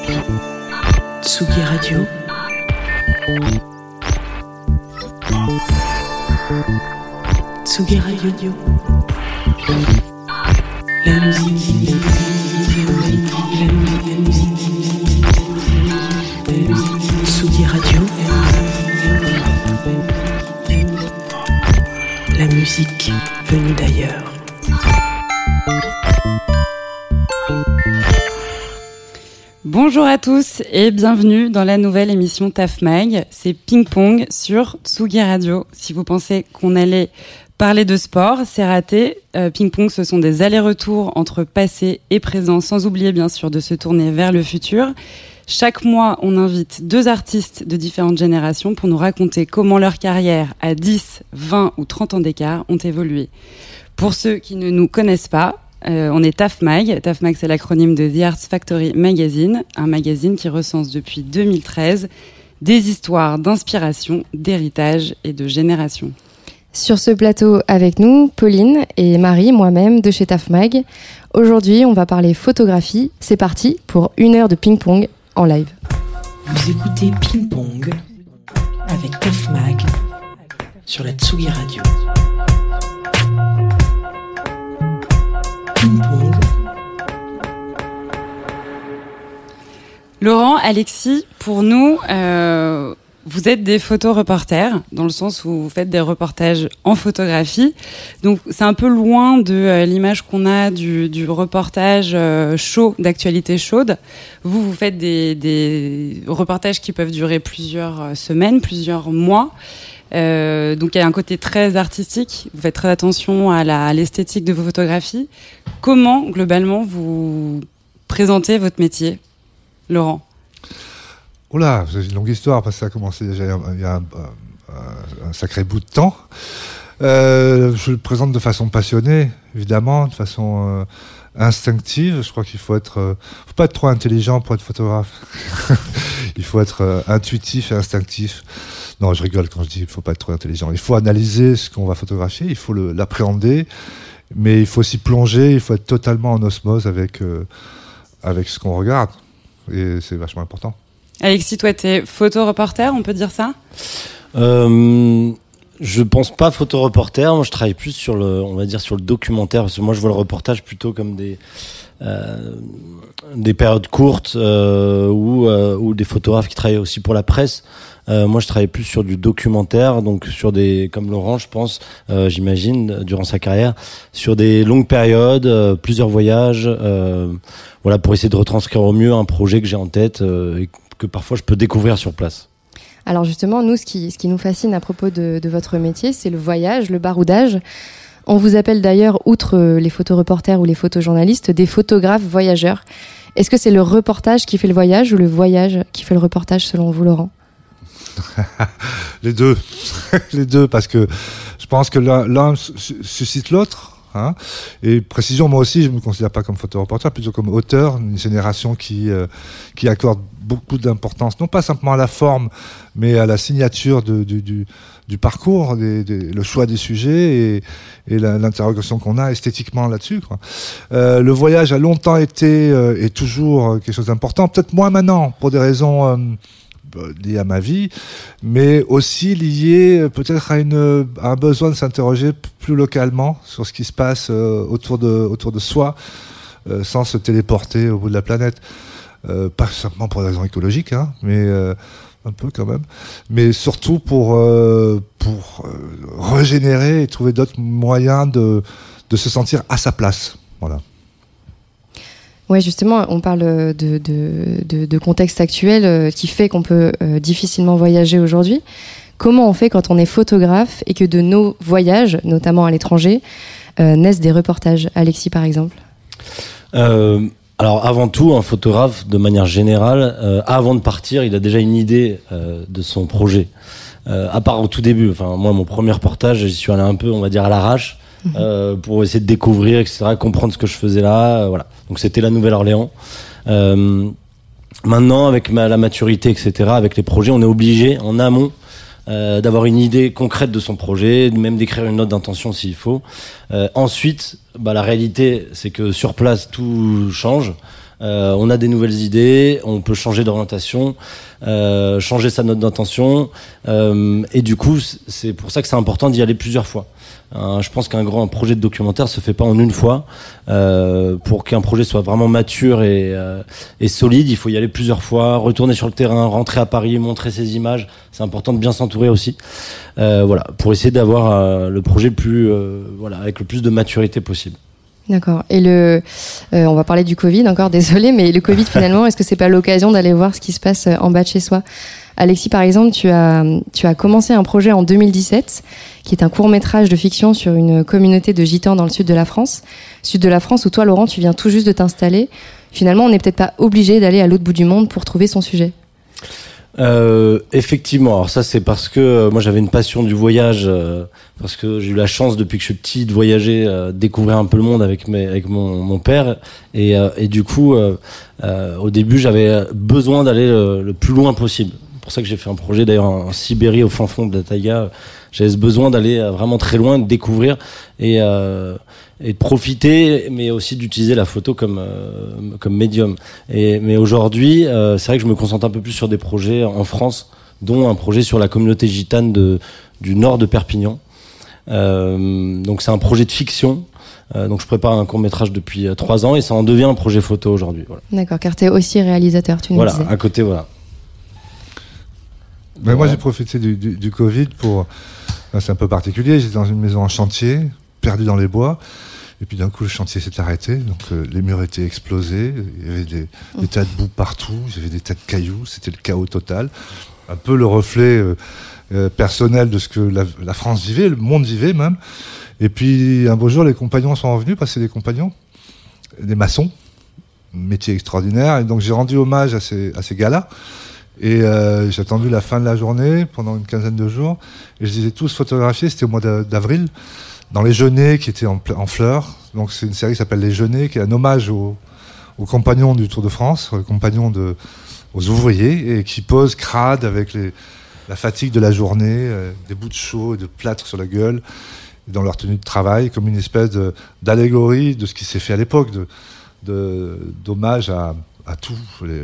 Tsugi Radio. Tsugi Radio. La musique. Tsugi Radio. La musique venue d'ailleurs. Bonjour à tous et bienvenue dans la nouvelle émission TAF Mag. C'est Ping Pong sur Tsugi Radio. Si vous pensez qu'on allait parler de sport, c'est raté. Ping Pong, ce sont des allers-retours entre passé et présent, sans oublier bien sûr de se tourner vers le futur. Chaque mois, on invite 2 artistes de différentes générations pour nous raconter comment leur carrière à 10, 20 ou 30 ans d'écart ont évolué. Pour ceux qui ne nous connaissent pas, on est TAF Mag. TAF Mag, c'est l'acronyme de The Arts Factory Magazine, un magazine qui recense depuis 2013 des histoires d'inspiration, d'héritage et de génération. Sur ce plateau avec nous, Pauline et Marie, moi-même, de chez TAF Mag. Aujourd'hui, on va parler photographie. C'est parti pour 1 heure de ping-pong en live. Vous écoutez Ping Pong avec TAF Mag sur la Tsugi Radio. Ping Pong. Laurent, Alexis, pour nous, vous êtes des photoreporters, dans le sens où vous faites des reportages en photographie. Donc, c'est un peu loin de l'image qu'on a du reportage chaud, d'actualité chaude. Vous faites des reportages qui peuvent durer plusieurs semaines, plusieurs mois. Donc, il y a un côté très artistique. Vous faites très attention à l'esthétique de vos photographies. Comment, globalement, vous présentez votre métier, Laurent ? Oula, c'est une longue histoire parce que ça a commencé déjà il y a un sacré bout de temps. Je le présente de façon passionnée, évidemment, de façon instinctive. Je crois qu'il faut pas être trop intelligent pour être photographe. Il faut être intuitif et instinctif. Non, je rigole quand je dis qu'il faut pas être trop intelligent. Il faut analyser ce qu'on va photographier, il faut l'appréhender, mais il faut aussi plonger, il faut être totalement en osmose avec ce qu'on regarde. Et c'est vachement important. Alexis, toi, t'es photoreporter, on peut dire ça ? Je pense pas photoreporter. Moi, je travaille plus sur le documentaire, parce que moi, je vois le reportage plutôt comme des périodes courtes ou des photographes qui travaillent aussi pour la presse. Moi, je travaille plus sur du documentaire, donc sur comme Laurent, je pense, j'imagine, durant sa carrière, sur des longues périodes, plusieurs voyages, voilà, pour essayer de retranscrire au mieux un projet que j'ai en tête et que parfois je peux découvrir sur place. Alors justement, nous, ce qui nous fascine à propos de votre métier, c'est le voyage, le baroudage. On vous appelle d'ailleurs, outre les photoreporters ou les photojournalistes, des photographes voyageurs. Est-ce que c'est le reportage qui fait le voyage ou le voyage qui fait le reportage selon vous, Laurent ? Les deux. Les deux, parce que je pense que l'un suscite l'autre. Hein. Et précision, moi aussi, je me considère pas comme photoreporter, plutôt comme auteur, une génération qui accorde beaucoup d'importance, non pas simplement à la forme, mais à la signature du parcours, le choix des sujets et l'interrogation qu'on a esthétiquement là-dessus, quoi. Le voyage a longtemps été et toujours quelque chose d'important, peut-être moins maintenant, pour des raisons liées à ma vie, mais aussi liées peut-être à un besoin de s'interroger plus localement sur ce qui se passe autour de soi, sans se téléporter au bout de la planète. Pas simplement pour des raisons écologiques, hein, mais un peu quand même, mais surtout pour régénérer et trouver d'autres moyens de se sentir à sa place. Voilà. Ouais, justement, on parle de contexte actuel qui fait qu'on peut difficilement voyager aujourd'hui. Comment on fait quand on est photographe et que de nos voyages, notamment à l'étranger, naissent des reportages ? Alexis, par exemple. Alors, avant tout, un photographe, de manière générale, avant de partir, il a déjà une idée de son projet. À part au tout début. Enfin, moi, mon premier reportage, j'y suis allé un peu, on va dire, à l'arrache. Pour essayer de découvrir, etc., comprendre ce que je faisais là, voilà. Donc c'était la Nouvelle-Orléans. Maintenant, avec la maturité, etc., avec les projets, on est obligé, en amont, d'avoir une idée concrète de son projet, même d'écrire une note d'intention s'il faut. Ensuite, la réalité, c'est que sur place, tout change. on a des nouvelles idées, on peut changer d'orientation, changer sa note d'intention, et du coup c'est pour ça que c'est important d'y aller plusieurs fois. Je pense qu'un projet de documentaire se fait pas en une fois. Pour qu'un projet soit vraiment mature et solide, il faut y aller plusieurs fois, retourner sur le terrain, rentrer à Paris, montrer ses images. C'est important de bien s'entourer aussi, voilà, pour essayer d'avoir le projet avec le plus de maturité possible. D'accord. Et on va parler du Covid encore, désolé, mais le Covid finalement, est-ce que c'est pas l'occasion d'aller voir ce qui se passe en bas de chez soi? Alexis, par exemple, tu as commencé un projet en 2017, qui est un court-métrage de fiction sur une communauté de gitans dans le sud de la France, où toi, Laurent, tu viens tout juste de t'installer. Finalement, on n'est peut-être pas obligé d'aller à l'autre bout du monde pour trouver son sujet. Effectivement, alors ça c'est parce que moi j'avais une passion du voyage, parce que j'ai eu la chance depuis que je suis petit de voyager, découvrir un peu le monde avec mon père, et du coup au début j'avais besoin d'aller le plus loin possible. C'est pour ça que j'ai fait un projet d'ailleurs en Sibérie, au fin fond de la taïga. J'avais ce besoin d'aller vraiment très loin, de découvrir et de profiter, mais aussi d'utiliser la photo comme médium. Mais aujourd'hui, c'est vrai que je me concentre un peu plus sur des projets en France, dont un projet sur la communauté gitane du nord de Perpignan. Donc c'est un projet de fiction. Donc je prépare un court-métrage depuis 3 ans et ça en devient un projet photo aujourd'hui. Voilà. D'accord, car tu es aussi réalisateur, tu nous disais. Voilà, à côté, voilà. Mais moi j'ai profité du Covid pour... C'est un peu particulier, j'étais dans une maison en chantier, perdu dans les bois, et puis d'un coup le chantier s'est arrêté, donc les murs étaient explosés, il y avait des tas de boue partout, il y avait des tas de cailloux, c'était le chaos total. Un peu le reflet personnel de ce que la France vivait, le monde vivait même. Et puis un beau jour les compagnons sont revenus, parce que c'est des compagnons, des maçons, métier extraordinaire, et donc j'ai rendu hommage à ces gars-là. Et j'ai attendu la fin de la journée pendant une quinzaine de jours et je les ai tous photographiés. C'était au mois d'avril dans les genêts qui étaient en fleurs. Donc c'est une série qui s'appelle Les Genêts, qui est un hommage aux compagnons du Tour de France, aux ouvriers, et qui posent crades avec la fatigue de la journée, des bouts de chaux et de plâtre sur la gueule, dans leur tenue de travail, comme une espèce d'allégorie de ce qui s'est fait à l'époque, d'hommage à tous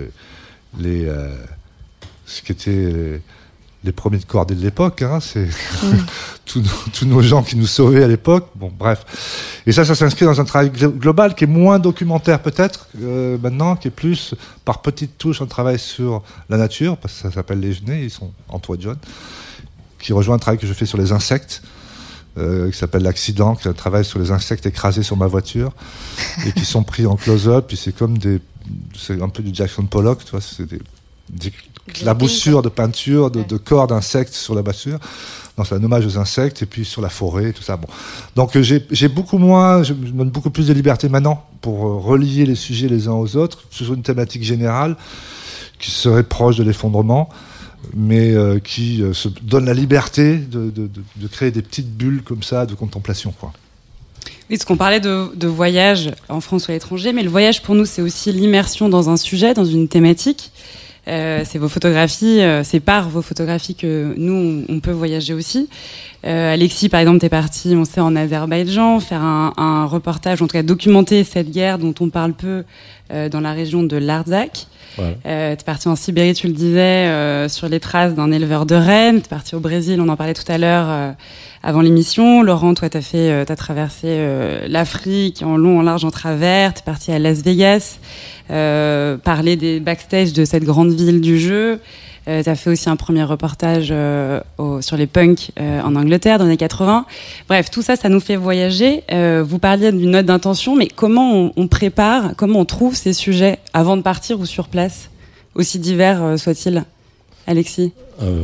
ce qui étaient les premiers de cordée de l'époque, hein, c'est tous nos gens qui nous sauvaient à l'époque. Bon, bref. Et ça s'inscrit dans un travail global qui est moins documentaire peut-être maintenant, qui est plus par petites touches un travail sur la nature, parce que ça s'appelle Les Genêts, ils sont en toit de jaune, qui rejoint un travail que je fais sur les insectes, qui s'appelle L'Accident, qui est un travail sur les insectes écrasés sur ma voiture et qui sont pris en close-up. Puis c'est comme c'est un peu du Jackson Pollock, tu vois, c'est des claboussures de peinture, de corps d'insectes sur la voiture. Donc c'est un hommage aux insectes, et puis sur la forêt, et tout ça. Bon. Donc j'ai beaucoup moins, je me donne beaucoup plus de liberté maintenant pour relier les sujets les uns aux autres, sur une thématique générale qui serait proche de l'effondrement, mais qui se donne la liberté de créer des petites bulles comme ça de contemplation, quoi. Oui, parce qu'on parlait de voyage en France ou à l'étranger, mais le voyage pour nous, c'est aussi l'immersion dans un sujet, dans une thématique. C'est vos photographies, c'est par vos photographies que nous, on peut voyager aussi. Alexis, par exemple, t'es parti, on sait, en Azerbaïdjan, faire un reportage, en tout cas documenter cette guerre dont on parle peu dans la région de l'Artsakh. Ouais. T'es parti en Sibérie, tu le disais, sur les traces d'un éleveur de rennes. T'es parti au Brésil, on en parlait tout à l'heure avant l'émission. Laurent, toi, t'as traversé l'Afrique en long, en large, en travers. T'es parti à Las Vegas, parler des backstage de cette grande ville du jeu. T'as fait aussi un premier reportage sur les punks en Angleterre dans les années 80. Bref, tout ça, ça nous fait voyager. Vous parliez d'une note d'intention, mais comment on prépare, comment on trouve ces sujets avant de partir ou sur place, aussi divers soit-il, Alexis?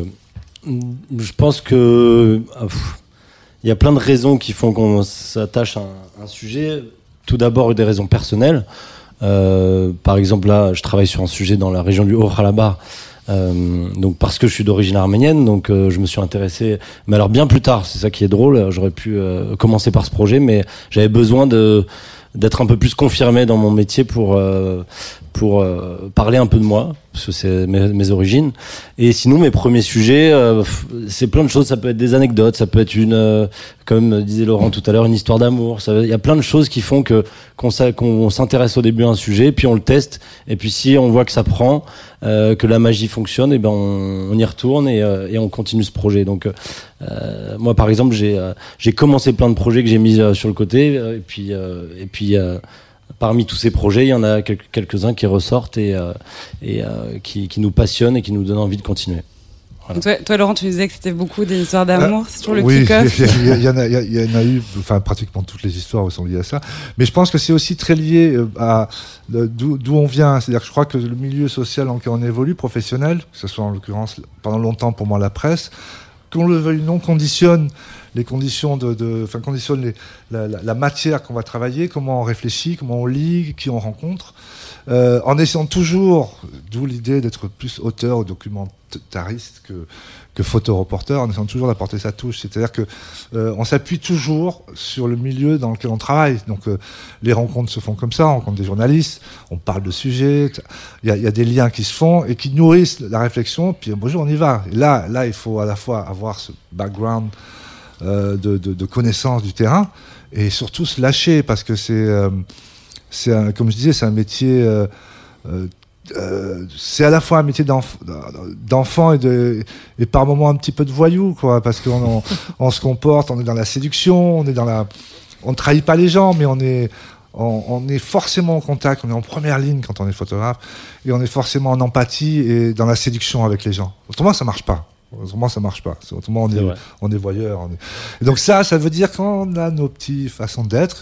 Je pense que il y a plein de raisons qui font qu'on s'attache à un sujet. Tout d'abord, des raisons personnelles. Par exemple, là, je travaille sur un sujet dans la région du Haut-Karabakh. Donc parce que je suis d'origine arménienne, donc je me suis intéressé, mais alors bien plus tard, c'est ça qui est drôle, j'aurais pu commencer par ce projet, mais j'avais besoin d'être un peu plus confirmé dans mon métier pour pour parler un peu de moi, parce que c'est mes origines. Et sinon, mes premiers sujets, c'est plein de choses. Ça peut être des anecdotes, ça peut être comme disait Laurent tout à l'heure, une histoire d'amour. Il y a plein de choses qui font qu'on s'intéresse au début à un sujet, puis on le teste. Et puis si on voit que ça prend, que la magie fonctionne, et ben on y retourne et on continue ce projet. Donc moi, par exemple, j'ai commencé plein de projets que j'ai mis sur le côté, et puis parmi tous ces projets, il y en a quelques-uns qui ressortent et qui nous passionnent et qui nous donnent envie de continuer. Voilà. Toi, Laurent, tu nous disais que c'était beaucoup des histoires d'amour, c'est toujours le oui, kick-off. Il y en a eu, enfin pratiquement toutes les histoires sont liées à ça. Mais je pense que c'est aussi très lié à d'où on vient. C'est-à-dire que je crois que le milieu social dans lequel on évolue, professionnel, que ce soit en l'occurrence pendant longtemps pour moi la presse, qu'on le veuille ou non, conditionne les conditions conditionne la matière qu'on va travailler, comment on réfléchit, comment on lit, qui on rencontre, en essayant toujours, d'où l'idée d'être plus auteur ou documentariste que photoreporter, en essayant toujours d'apporter sa touche. C'est-à-dire que on s'appuie toujours sur le milieu dans lequel on travaille. Donc les rencontres se font comme ça, on rencontre des journalistes, on parle de sujets, il y a des liens qui se font et qui nourrissent la réflexion, puis bonjour, on y va. Et là, il faut à la fois avoir ce background de connaissance du terrain et surtout se lâcher, parce que comme je disais, c'est un métier c'est à la fois un métier d'enfant et par moments un petit peu de voyou, quoi, parce qu'on on se comporte, on est dans la séduction, on ne trahit pas les gens, mais on est forcément en contact, on est en première ligne quand on est photographe, et on est forcément en empathie et dans la séduction avec les gens. Autrement, ça marche pas. Autrement, on est voyeur. Et donc ça veut dire qu'on a nos petites façons d'être,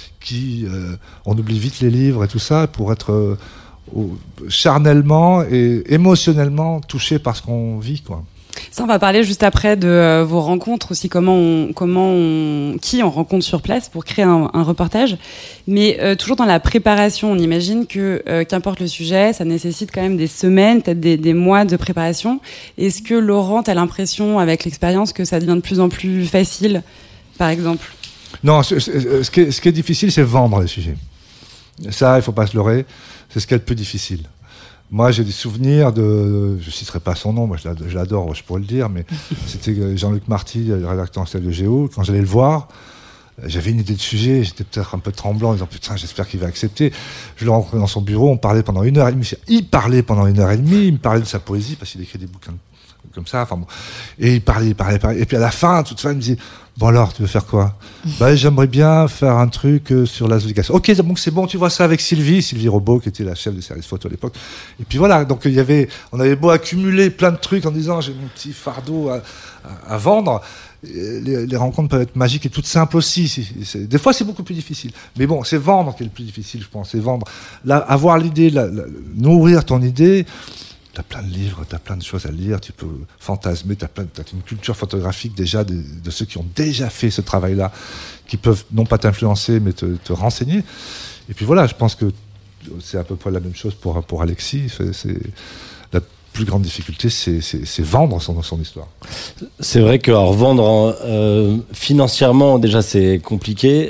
on oublie vite les livres et tout ça pour être charnellement et émotionnellement touché par ce qu'on vit, quoi. Ça, on va parler juste après de vos rencontres aussi, qui on rencontre sur place pour créer un reportage. Mais toujours dans la préparation, on imagine que qu'importe le sujet, ça nécessite quand même des semaines, peut-être des mois de préparation. Est-ce que Laurent, t'as l'impression, avec l'expérience, que ça devient de plus en plus facile, par exemple ? Non, ce qui est difficile, c'est vendre les sujets. Ça, il faut pas se leurrer, c'est ce qui est le plus difficile. Moi, j'ai des souvenirs je citerai pas son nom, moi je l'adore, je pourrais le dire, mais c'était Jean-Luc Marty, le rédacteur en chef de Géo. Quand j'allais le voir, j'avais une idée de sujet, j'étais peut-être un peu tremblant en disant putain, j'espère qu'il va accepter. Je le rencontrais dans son bureau, on parlait pendant 1h30. Il parlait pendant 1h30, il me parlait de sa poésie parce qu'il écrit des bouquins comme ça, enfin bon. Et il parlait. Et puis à la fin, toute fin, il me dit bon alors, tu veux faire quoi ? J'aimerais bien faire un truc sur la zodiacation. Ok, donc c'est bon, tu vois ça avec Sylvie Robot, qui était la chef du service photo à l'époque. Et puis voilà, donc on avait beau accumuler plein de trucs en disant j'ai mon petit fardeau à vendre. Les rencontres peuvent être magiques et toutes simples aussi. Des fois, c'est beaucoup plus difficile. Mais bon, c'est vendre qui est le plus difficile, je pense. C'est vendre. Là, avoir l'idée, nourrir ton idée. T'as plein de livres, t'as plein de choses à lire, tu peux fantasmer, t'as une culture photographique déjà de ceux qui ont déjà fait ce travail-là, qui peuvent non pas t'influencer, mais te renseigner. Et puis voilà, je pense que c'est à peu près la même chose pour Alexis. La plus grande difficulté, c'est vendre son histoire. C'est vrai que vendre financièrement, déjà, c'est compliqué.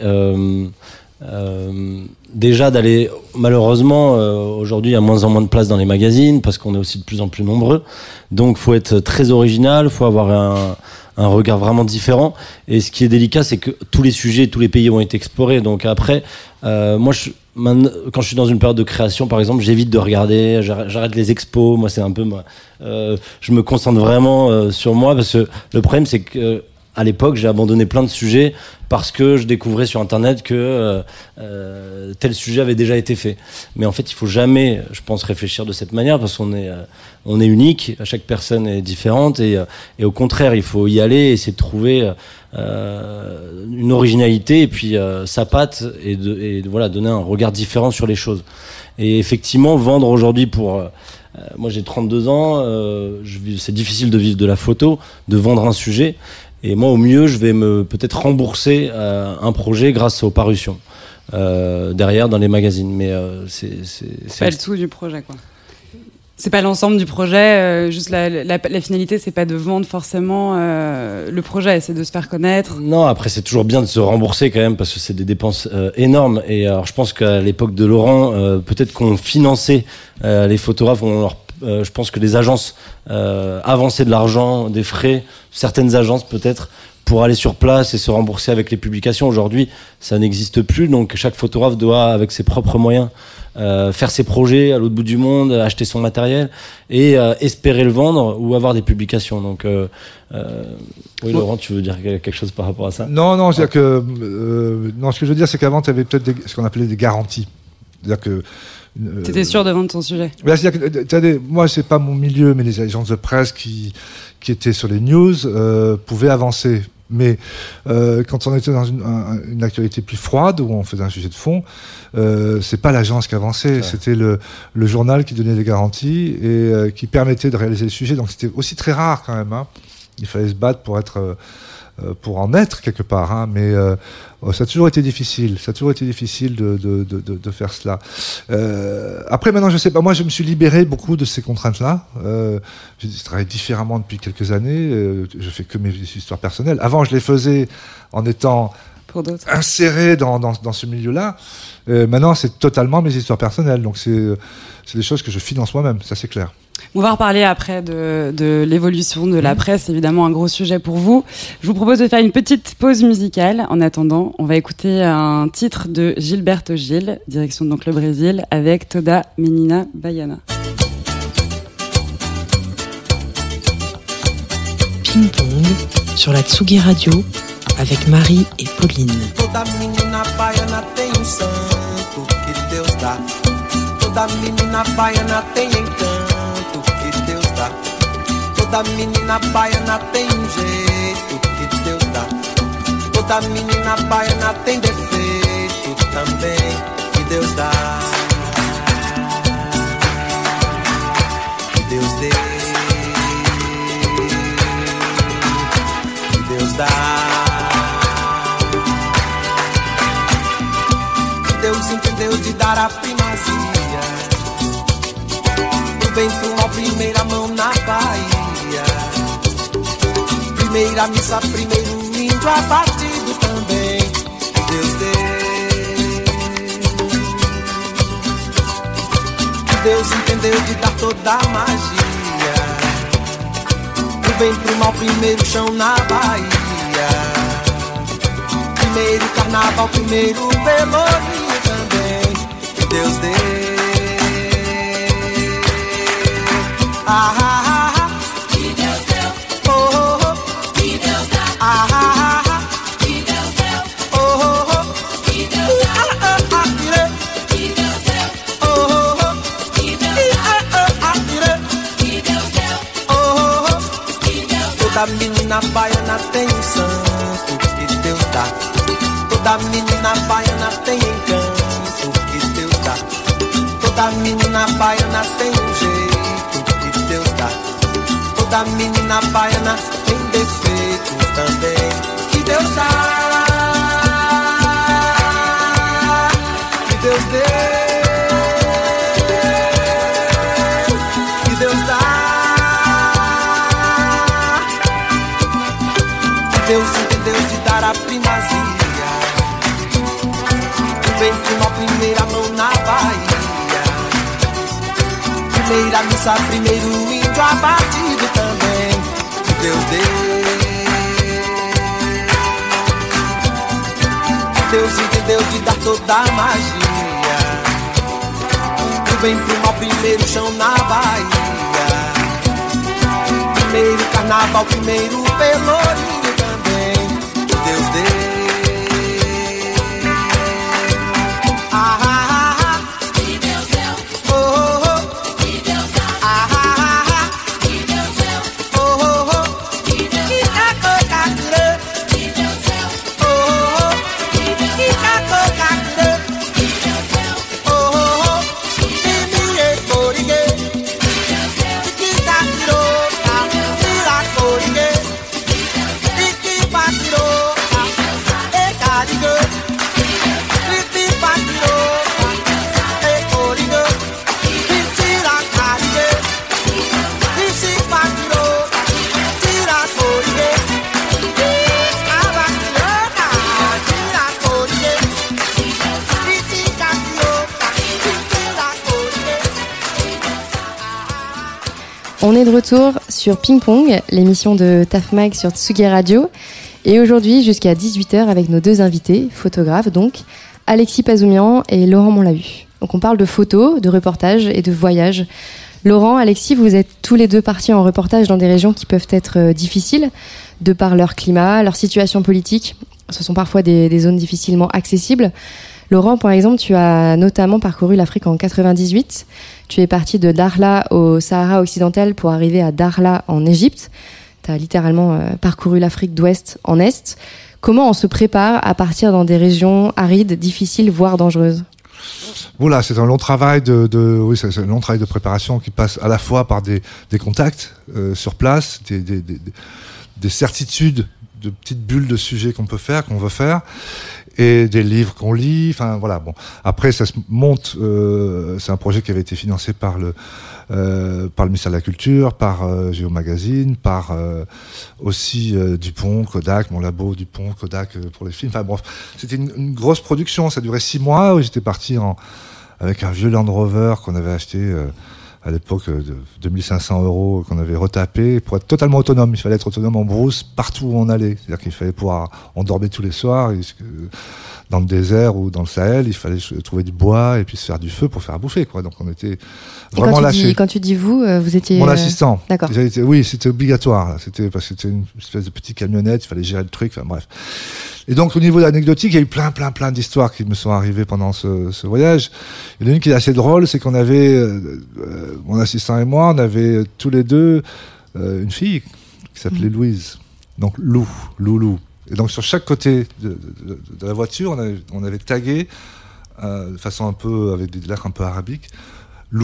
Déjà d'aller, malheureusement aujourd'hui il y a moins en moins de place dans les magazines parce qu'on est aussi de plus en plus nombreux, donc faut être très original, faut avoir un regard vraiment différent, et ce qui est délicat c'est que tous les sujets, tous les pays ont été explorés, donc après moi quand je suis dans une période de création par exemple, j'évite de regarder, j'arrête les expos, moi c'est un peu je me concentre vraiment sur moi, parce que le problème c'est que à l'époque, j'ai abandonné plein de sujets parce que je découvrais sur Internet que tel sujet avait déjà été fait. Mais en fait, il faut jamais, je pense, réfléchir de cette manière parce qu'on est unique, chaque personne est différente et au contraire, il faut y aller et essayer de trouver une originalité et puis sa patte et voilà, donner un regard différent sur les choses. Et effectivement, vendre aujourd'hui moi j'ai 32 ans, c'est difficile de vivre de la photo, de vendre un sujet. Et moi, au mieux, je vais peut-être rembourser un projet grâce aux parutions derrière dans les magazines. Mais c'est pas le tout du projet, quoi. C'est pas l'ensemble du projet, juste la finalité, c'est pas de vendre forcément le projet, c'est de se faire connaître. Non, après c'est toujours bien de se rembourser quand même parce que c'est des dépenses énormes. Et alors je pense qu'à l'époque de Laurent, peut-être qu'on finançait les photographes, je pense que les agences avançaient de l'argent, des frais, certaines agences peut-être, pour aller sur place et se rembourser avec les publications. Aujourd'hui, ça n'existe plus, donc chaque photographe doit, avec ses propres moyens, faire ses projets à l'autre bout du monde, acheter son matériel et espérer le vendre ou avoir des publications. Donc, oui, Laurent, tu veux dire quelque chose par rapport à ça ? Non, c'est-à-dire que non, ce que je veux dire, c'est qu'avant, tu avais peut-être ce qu'on appelait des garanties. C'est-à-dire que t'étais sûr de vendre ton sujet. C'est-à-dire que moi, c'est pas mon milieu, mais les agences de presse qui étaient sur les news pouvaient avancer. Mais quand on était dans une actualité plus froide, où on faisait un sujet de fond, c'est pas l'agence qui avançait, ouais. C'était le journal qui donnait des garanties et qui permettait de réaliser le sujet. Donc c'était aussi très rare quand même. Hein. Il fallait se battre pour en être quelque part, hein, mais ça a toujours été difficile. Ça a toujours été difficile de faire cela. Après, maintenant, je sais pas. Moi, je me suis libéré beaucoup de ces contraintes-là. Je travaille différemment depuis quelques années. Je fais que mes histoires personnelles. Avant, je les faisais en étant inséré dans ce milieu-là. Maintenant, c'est totalement mes histoires personnelles. Donc, c'est des choses que je finance moi-même. Ça, c'est clair. On va reparler après de l'évolution de la presse, évidemment un gros sujet pour vous. Je vous propose de faire une petite pause musicale. En attendant, on va écouter un titre de Gilberto Gil, direction donc le Brésil, avec Toda Menina Baiana. Ping Pong sur la Tsugi Radio avec Marie et Pauline. Toda menina baiana tem santo que Deus dá. Toda menina baiana tem encanto que Deus dá. Toda menina baiana tem jeito que Deus dá. Toda menina baiana tem defeito também que Deus dá. Que Deus dê. Que Deus dá. Deus entendeu de dar a primazia do bem pro mal, primeira mão na Bahia. Primeira missa, primeiro índio abatido também. Deus deu. Deus entendeu de dar toda a magia do bem pro mal, primeiro chão na Bahia. Primeiro carnaval, primeiro pelourinho. Deus deu. Que Deus deu. Que Deus dá. Que Deus deu. Que Deus dá. Que Deus deu. Que Deus dá. Que Deus deu. Que Deus dá. Toda menina baiana tem um santo que Deus dá. Toda menina baiana tem encanto. Toda menina baiana tem um jeito que Deus dá. Toda menina baiana tem defeito também que Deus dá. Que Deus deu. Que Deus dá. Que Deus entendeu de dar a primazia do bem pro mal, primeira mão na Bahia. Primeira missa, primeiro índio abatido também que Deus deu. Deus entendeu de dar toda a magia do bem pro mal, primeiro chão na Bahia. Primeiro carnaval, primeiro pelourinho também que Deus deu. On est de retour sur Ping Pong, l'émission de Taf Mag sur Tsugi Radio. Et aujourd'hui, jusqu'à 18h, avec nos deux invités, photographes donc, Alexis Pazoumian et Laurent Montlahu. Donc on parle de photos, de reportages et de voyages. Laurent, Alexis, vous êtes tous les deux partis en reportage dans des régions qui peuvent être difficiles, de par leur climat, leur situation politique. Ce sont parfois des zones difficilement accessibles. Laurent, par exemple, tu as notamment parcouru l'Afrique en 98. Tu es parti de Dakhla au Sahara occidental pour arriver à Dakhla en Égypte. Tu as littéralement parcouru l'Afrique d'ouest en est. Comment on se prépare à partir dans des régions arides, difficiles, voire dangereuses ? Voilà, c'est un long travail c'est un long travail de préparation qui passe à la fois par des contacts sur place, des certitudes, de petites bulles de sujets qu'on veut faire, et des livres qu'on lit. Enfin voilà. Bon, après ça se monte. C'est un projet qui avait été financé par le ministère de la Culture, par Géo Magazine, par aussi Dupont, Kodak, mon labo Dupont, Kodak pour les films. Enfin bref, c'était une grosse production. Ça durait 6 mois. Où j'étais parti avec un vieux Land Rover qu'on avait acheté à l'époque de 2500 €, qu'on avait retapé pour être totalement autonome. Il fallait être autonome en brousse partout où on allait. C'est-à-dire qu'il fallait on dormait tous les soirs dans le désert ou dans le Sahel. Il fallait trouver du bois et puis se faire du feu pour faire à bouffer, quoi. Donc on était vraiment lâchés. Quand tu dis vous étiez... Mon assistant. D'accord. Oui, c'était obligatoire. C'était parce que c'était une espèce de petite camionnette. Il fallait gérer le truc. Enfin bref. Et donc, au niveau de l'anecdotique, il y a eu plein d'histoires qui me sont arrivées pendant ce voyage. Il y en a une qui est assez drôle, c'est qu'on avait, mon assistant et moi, on avait tous les deux une fille qui s'appelait Louise. Donc, Loulou. Et donc, sur chaque côté de la voiture, on avait tagué, de façon un peu, avec des lettres un peu arabiques, Lou.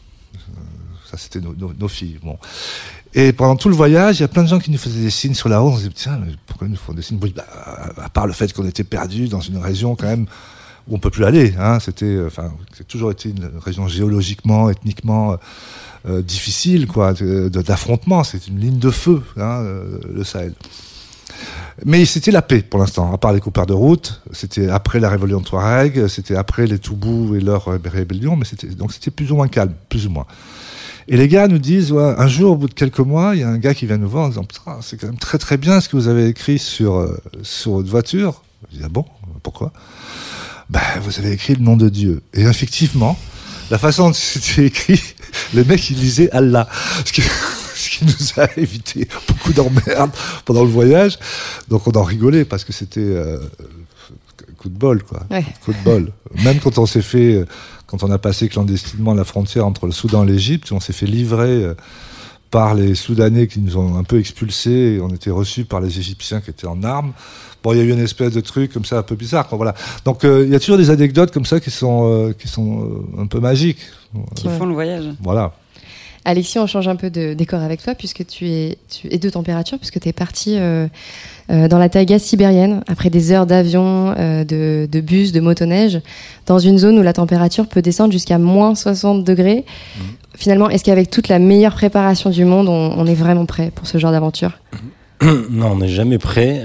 Ça, c'était nos filles. Bon. Et pendant tout le voyage, il y a plein de gens qui nous faisaient des signes sur la route. On se disait, tiens, mais pourquoi ils nous font des signes ? Oui, à part le fait qu'on était perdus dans une région quand même où on peut plus aller. Hein. C'est toujours été une région géologiquement, ethniquement difficile, quoi, d'affrontement. C'est une ligne de feu, hein, le Sahel. Mais c'était la paix pour l'instant, à part les coupeurs de route. C'était après la rébellion de Touareg, c'était après les Toubous et leur rébellion, mais c'était plus ou moins calme, plus ou moins. Et les gars nous disent, un jour, au bout de quelques mois, il y a un gars qui vient nous voir en disant, putain, c'est quand même très très bien ce que vous avez écrit sur votre voiture. Je dis, ah bon, pourquoi ? Vous avez écrit le nom de Dieu. Et effectivement, la façon dont c'était écrit, le mec il lisait Allah. Ce qui nous a évité beaucoup d'emmerdes pendant le voyage. Donc on en rigolait parce que c'était coup de bol, quoi. Ouais. Coup de bol. Même quand on s'est fait... Quand on a passé clandestinement la frontière entre le Soudan et l'Égypte, on s'est fait livrer par les Soudanais qui nous ont un peu expulsés et on était reçus par les Égyptiens qui étaient en armes. Bon, il y a eu une espèce de truc comme ça un peu bizarre, quoi, voilà. Donc il y a toujours des anecdotes comme ça qui sont un peu magiques. Qui font le voyage. Voilà. Alexis, on change un peu de décor avec toi puisque tu es de température, puisque tu es parti dans la taïga sibérienne après des heures d'avion, de bus, de motoneige, dans une zone où la température peut descendre jusqu'à moins 60 degrés. Finalement, est-ce qu'avec toute la meilleure préparation du monde, on est vraiment prêt pour ce genre d'aventure ? Non, on n'est jamais prêt.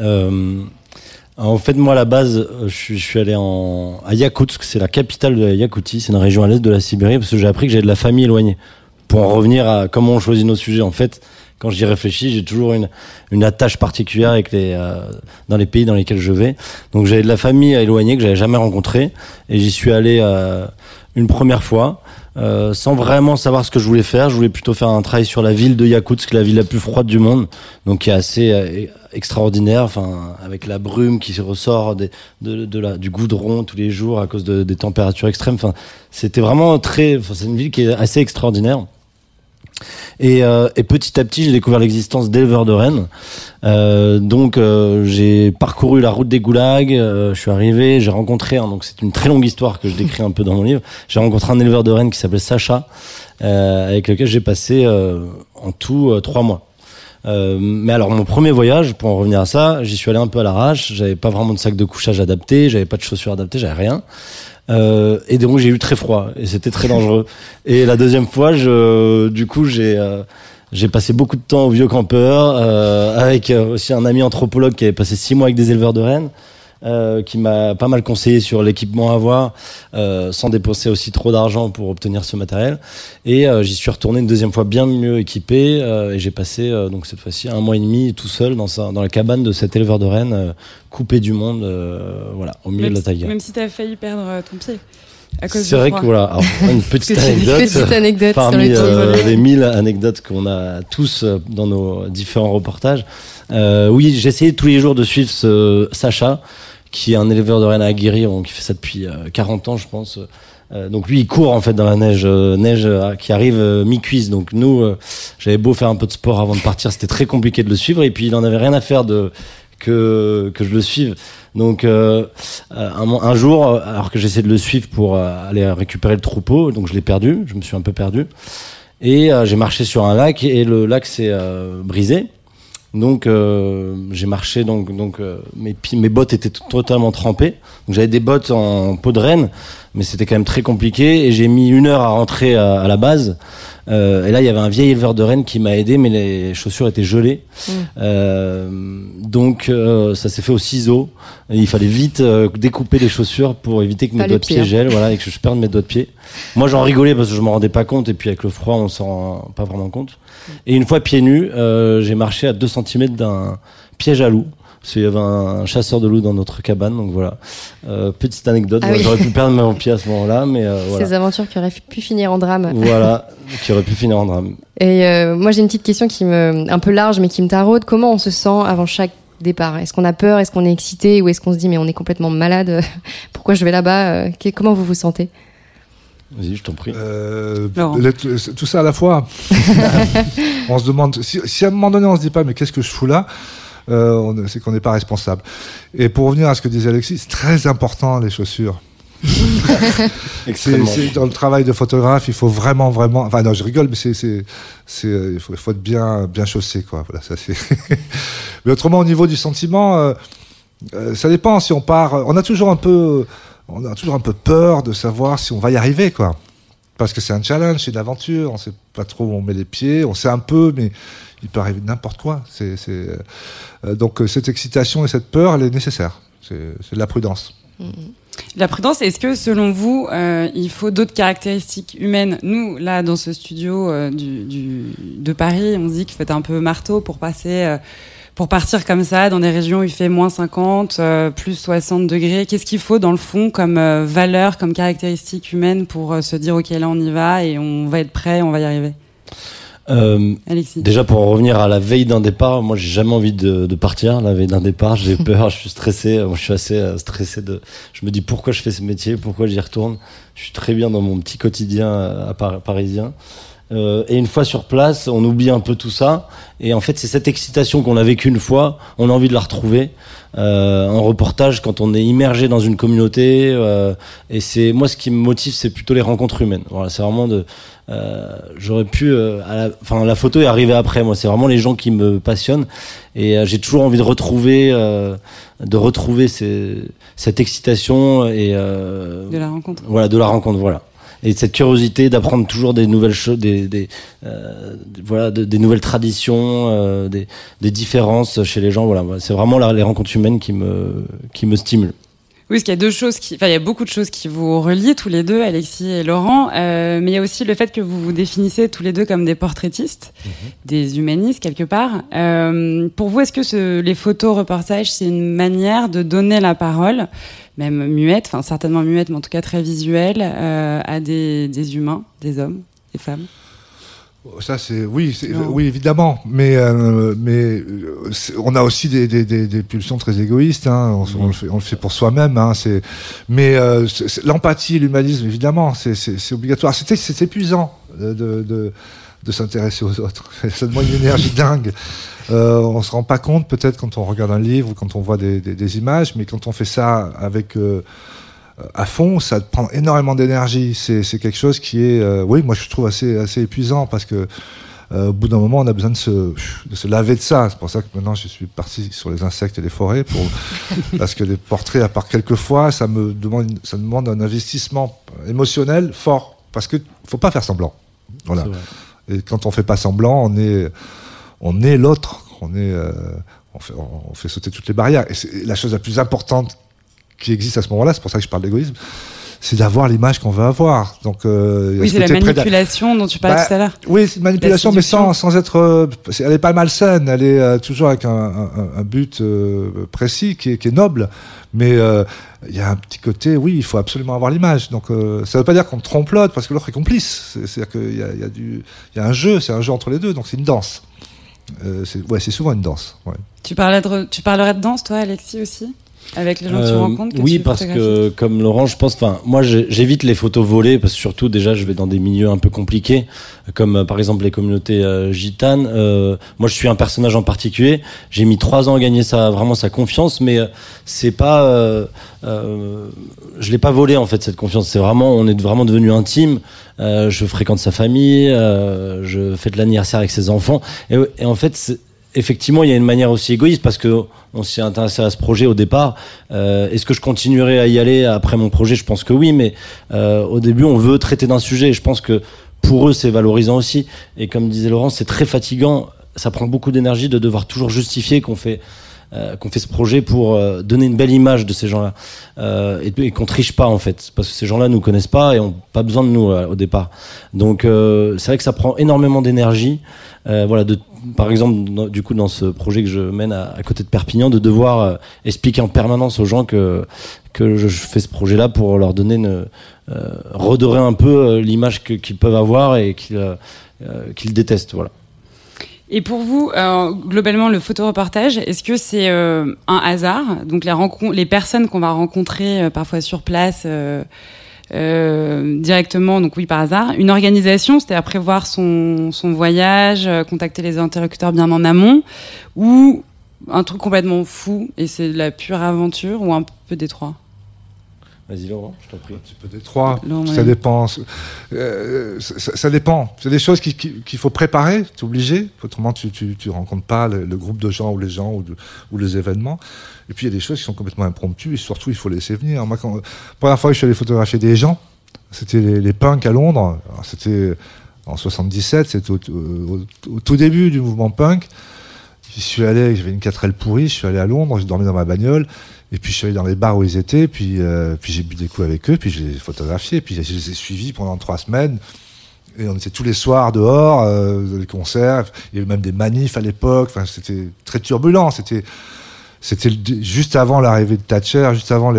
En fait, moi, à la base, je suis allé à Yakoutsk, c'est la capitale de la Yakoutie, c'est une région à l'est de la Sibérie, parce que j'ai appris que j'avais de la famille éloignée. Pour en revenir à comment on choisit nos sujets, en fait, quand j'y réfléchis, j'ai toujours une attache particulière avec dans les pays dans lesquels je vais. Donc j'avais de la famille éloignée que j'avais jamais rencontrée, et j'y suis allé une première fois, sans vraiment savoir ce que je voulais faire. Je voulais plutôt faire un travail sur la ville de Yakoutsk, la ville la plus froide du monde, donc qui est assez extraordinaire, enfin avec la brume qui ressort du goudron tous les jours à cause des températures extrêmes. Enfin, c'était vraiment c'est une ville qui est assez extraordinaire. Et petit à petit, j'ai découvert l'existence d'éleveurs de rennes. Donc j'ai parcouru la route des goulags, je suis arrivé, j'ai rencontré, donc c'est une très longue histoire que je décris un peu dans mon livre. J'ai rencontré un éleveur de rennes qui s'appelait Sacha, avec lequel j'ai passé en tout 3 mois. Mais alors mon premier voyage, pour en revenir à ça, j'y suis allé un peu à l'arrache. J'avais pas vraiment de sac de couchage adapté, j'avais pas de chaussures adaptées, j'avais rien. Et donc j'ai eu très froid et c'était très dangereux. Et la deuxième fois, j'ai passé beaucoup de temps au vieux campeur, avec aussi un ami anthropologue qui avait passé 6 mois avec des éleveurs de rennes. qui m'a pas mal conseillé sur l'équipement à avoir, sans dépenser aussi trop d'argent pour obtenir ce matériel. Et j'y suis retourné une deuxième fois bien mieux équipé, et j'ai passé donc cette fois-ci 1 mois et demi tout seul dans la cabane de cet éleveur de rennes, coupé du monde, voilà, au milieu de la taïga. Même si t'as failli perdre ton pied. C'est vrai que voilà, alors, une petite anecdote parmi les 1000 anecdotes qu'on a tous dans nos différents reportages. Oui, j'ai essayé tous les jours de suivre Sacha, qui est un éleveur de rennes aguerri, qui fait ça depuis 40 ans, je pense. Donc lui, il court en fait dans la neige qui arrive mi-cuisse. Donc nous, j'avais beau faire un peu de sport avant de partir, c'était très compliqué de le suivre. Et puis il en avait rien à faire que je le suive. Donc un jour, alors que j'essayais de le suivre pour aller récupérer le troupeau, donc je l'ai perdu, je me suis un peu perdu, et j'ai marché sur un lac, et le lac s'est brisé. Donc j'ai marché, donc mes bottes étaient totalement trempées. Donc j'avais des bottes en peau de renne, mais c'était quand même très compliqué, et j'ai mis 1 heure à rentrer à la base. Et là, il y avait un vieil éleveur de rennes qui m'a aidé, mais les chaussures étaient gelées. Donc ça s'est fait au ciseau. Et il fallait vite découper les chaussures pour éviter que mes doigts de pied gèlent, voilà, et que je perde mes doigts de pied. Moi, j'en rigolais parce que je m'en rendais pas compte, et puis avec le froid, on s'en rend pas vraiment compte. Et une fois pieds nus, j'ai marché à 2 cm d'un piège à loup. Parce qu'il y avait un chasseur de loups dans notre cabane, donc voilà. Petite anecdote, oui. J'aurais pu perdre mon pied à ce moment-là, mais voilà. Ces aventures qui auraient pu finir en drame. Voilà, qui auraient pu finir en drame. Et moi, j'ai une petite question un peu large, mais qui me taraude. Comment on se sent avant chaque départ? Est-ce qu'on a peur? Est-ce qu'on est excité? Ou est-ce qu'on se dit, mais on est complètement malade? Pourquoi je vais là-bas? Comment vous vous sentez? Vas-y, je t'en prie. Tout ça à la fois. On se demande, si à un moment donné on se dit pas, mais qu'est-ce que je fous là? C'est qu'on n'est pas responsable. Et pour revenir à ce que disait Alexis, c'est très important les chaussures. C'est dans le travail de photographe, il faut vraiment, enfin non, je rigole, mais il faut être bien chaussé, quoi. Voilà, ça c'est. Mais autrement, au niveau du sentiment, ça dépend. Si on part, on a toujours un peu peur de savoir si on va y arriver, quoi. Parce que c'est un challenge, c'est une aventure. On sait pas trop où on met les pieds. On sait un peu, mais il peut arriver n'importe quoi. Donc cette excitation et cette peur, elle est nécessaire. C'est de la prudence. La prudence, est-ce que selon vous, il faut d'autres caractéristiques humaines? Nous, là, dans ce studio de Paris, on se dit qu'il faut être un peu marteau pour partir comme ça dans des régions où il fait moins 50, plus 60 degrés. Qu'est-ce qu'il faut dans le fond comme valeur, comme caractéristique humaine pour se dire ok, là on y va et on va être prêt, on va y arriver? Alexis. Déjà, pour en revenir à la veille d'un départ, moi j'ai jamais envie de partir. La veille d'un départ, j'ai peur, je suis stressé. Moi, je suis assez stressé je me dis pourquoi je fais ce métier, pourquoi j'y retourne. Je suis très bien dans mon petit quotidien parisien. Et une fois sur place, on oublie un peu tout ça. Et en fait, c'est cette excitation qu'on a vécue une fois, on a envie de la retrouver. En reportage, quand on est immergé dans une communauté, et moi, ce qui me motive, c'est plutôt les rencontres humaines. Voilà, c'est vraiment j'aurais pu, la photo est arrivée après. Moi, c'est vraiment les gens qui me passionnent, et j'ai toujours envie de retrouver cette excitation et de la rencontre. Voilà, de la rencontre, voilà. Et cette curiosité d'apprendre toujours des nouvelles choses, des nouvelles traditions, des différences chez les gens. Voilà, c'est vraiment les rencontres humaines qui me stimulent. Oui, parce qu'il y a deux choses il y a beaucoup de choses qui vous relient tous les deux, Alexis et Laurent, mais il y a aussi le fait que vous vous définissez tous les deux comme des portraitistes, des humanistes quelque part. Pour vous, est-ce que les photos reportages, c'est une manière de donner la parole, même muette, enfin certainement muette, mais en tout cas très visuelle, à des humains, des hommes, des femmes? Ça oui, évidemment, mais on a aussi des pulsions très égoïstes, hein. On le fait pour soi-même, hein. Mais l'empathie, l'humanisme, évidemment, c'est obligatoire. C'est épuisant de s'intéresser aux autres. Ça demande une énergie dingue. On se rend pas compte peut-être quand on regarde un livre ou quand on voit des images, mais quand on fait ça avec à fond, ça prend énormément d'énergie. C'est quelque chose qui est, moi je trouve assez épuisant, parce que au bout d'un moment, on a besoin de se laver de ça. C'est pour ça que maintenant je suis parti sur les insectes et les forêts, parce que les portraits, à part quelques fois, ça demande un investissement émotionnel fort, parce que faut pas faire semblant. Voilà. Et quand on fait pas semblant, on est l'autre. On fait sauter toutes les barrières. Et c'est la chose la plus importante qui existe à ce moment-là, c'est pour ça que je parle d'égoïsme, c'est d'avoir l'image qu'on veut avoir. Donc, oui, c'est la manipulation dont tu parlais tout à l'heure. Oui, c'est une manipulation, mais sans être... elle est pas malsaine, elle est toujours avec un but précis qui est noble. Mais il y a un petit côté, oui, il faut absolument avoir l'image. Donc ça veut pas dire qu'on trompe l'autre, parce que l'autre est complice. C'est-à-dire qu'il y a un jeu, c'est un jeu entre les deux, donc c'est une danse. C'est souvent une danse. Ouais. Tu parlerais de danse, toi, Alexis, aussi ? Avec les gens que tu rencontres oui, parce que comme Laurent, je pense, moi j'évite les photos volées parce que surtout déjà je vais dans des milieux un peu compliqués, comme par exemple les communautés gitanes. Moi je suis un personnage en particulier. J'ai mis 3 ans à gagner sa confiance, mais c'est pas, je l'ai pas volé en fait cette confiance. C'est vraiment, on est vraiment devenu intime. Je fréquente sa famille, je fête l'anniversaire avec ses enfants, et en fait effectivement, il y a une manière aussi égoïste parce que on s'est intéressé à ce projet au départ. Est-ce que je continuerai à y aller après mon projet ? Je pense que oui, mais au début, on veut traiter d'un sujet et je pense que pour eux, c'est valorisant aussi. Et comme disait Laurent, c'est très fatigant. Ça prend beaucoup d'énergie de devoir toujours justifier qu'on fait ce projet pour donner une belle image de ces gens-là et qu'on triche pas en fait, parce que ces gens-là nous connaissent pas et ont pas besoin de nous au départ. Donc c'est vrai que ça prend énormément d'énergie. Voilà, par exemple, du coup, dans ce projet que je mène à côté de Perpignan, de devoir expliquer en permanence aux gens que je fais ce projet-là pour leur donner redorer un peu l'image qu'ils peuvent avoir et qu'ils détestent. Voilà. Et pour vous, globalement, le photoreportage, est-ce que c'est un hasard ? Donc les personnes qu'on va rencontrer parfois sur place directement, donc oui, par hasard. Une organisation, c'est-à-dire prévoir son voyage, contacter les interlocuteurs bien en amont, ou un truc complètement fou et c'est de la pure aventure, ou un peu des trois ? Vas-y Laurent, je t'en prie. Un petit peu des trois, ça dépend. Ça dépend. C'est des choses qu'il faut préparer, t'es obligé. Autrement, tu rencontres pas le groupe de gens ou les gens ou les événements. Et puis il y a des choses qui sont complètement impromptues et surtout il faut laisser venir. Moi, la première fois que je suis allé photographier des gens, c'était les punks à Londres. Alors, c'était en 77, c'était au tout début du mouvement punk. J'y suis allé, j'avais une 4L pourrie, je suis allé à Londres, j'ai dormi dans ma bagnole. Et puis je suis allé dans les bars où ils étaient, puis j'ai bu des coups avec eux, puis je les ai photographiés, puis je les ai suivis pendant 3 semaines. Et on était tous les soirs dehors, des concerts, il y avait même des manifs à l'époque, enfin c'était très turbulent, c'était juste avant l'arrivée de Thatcher, juste avant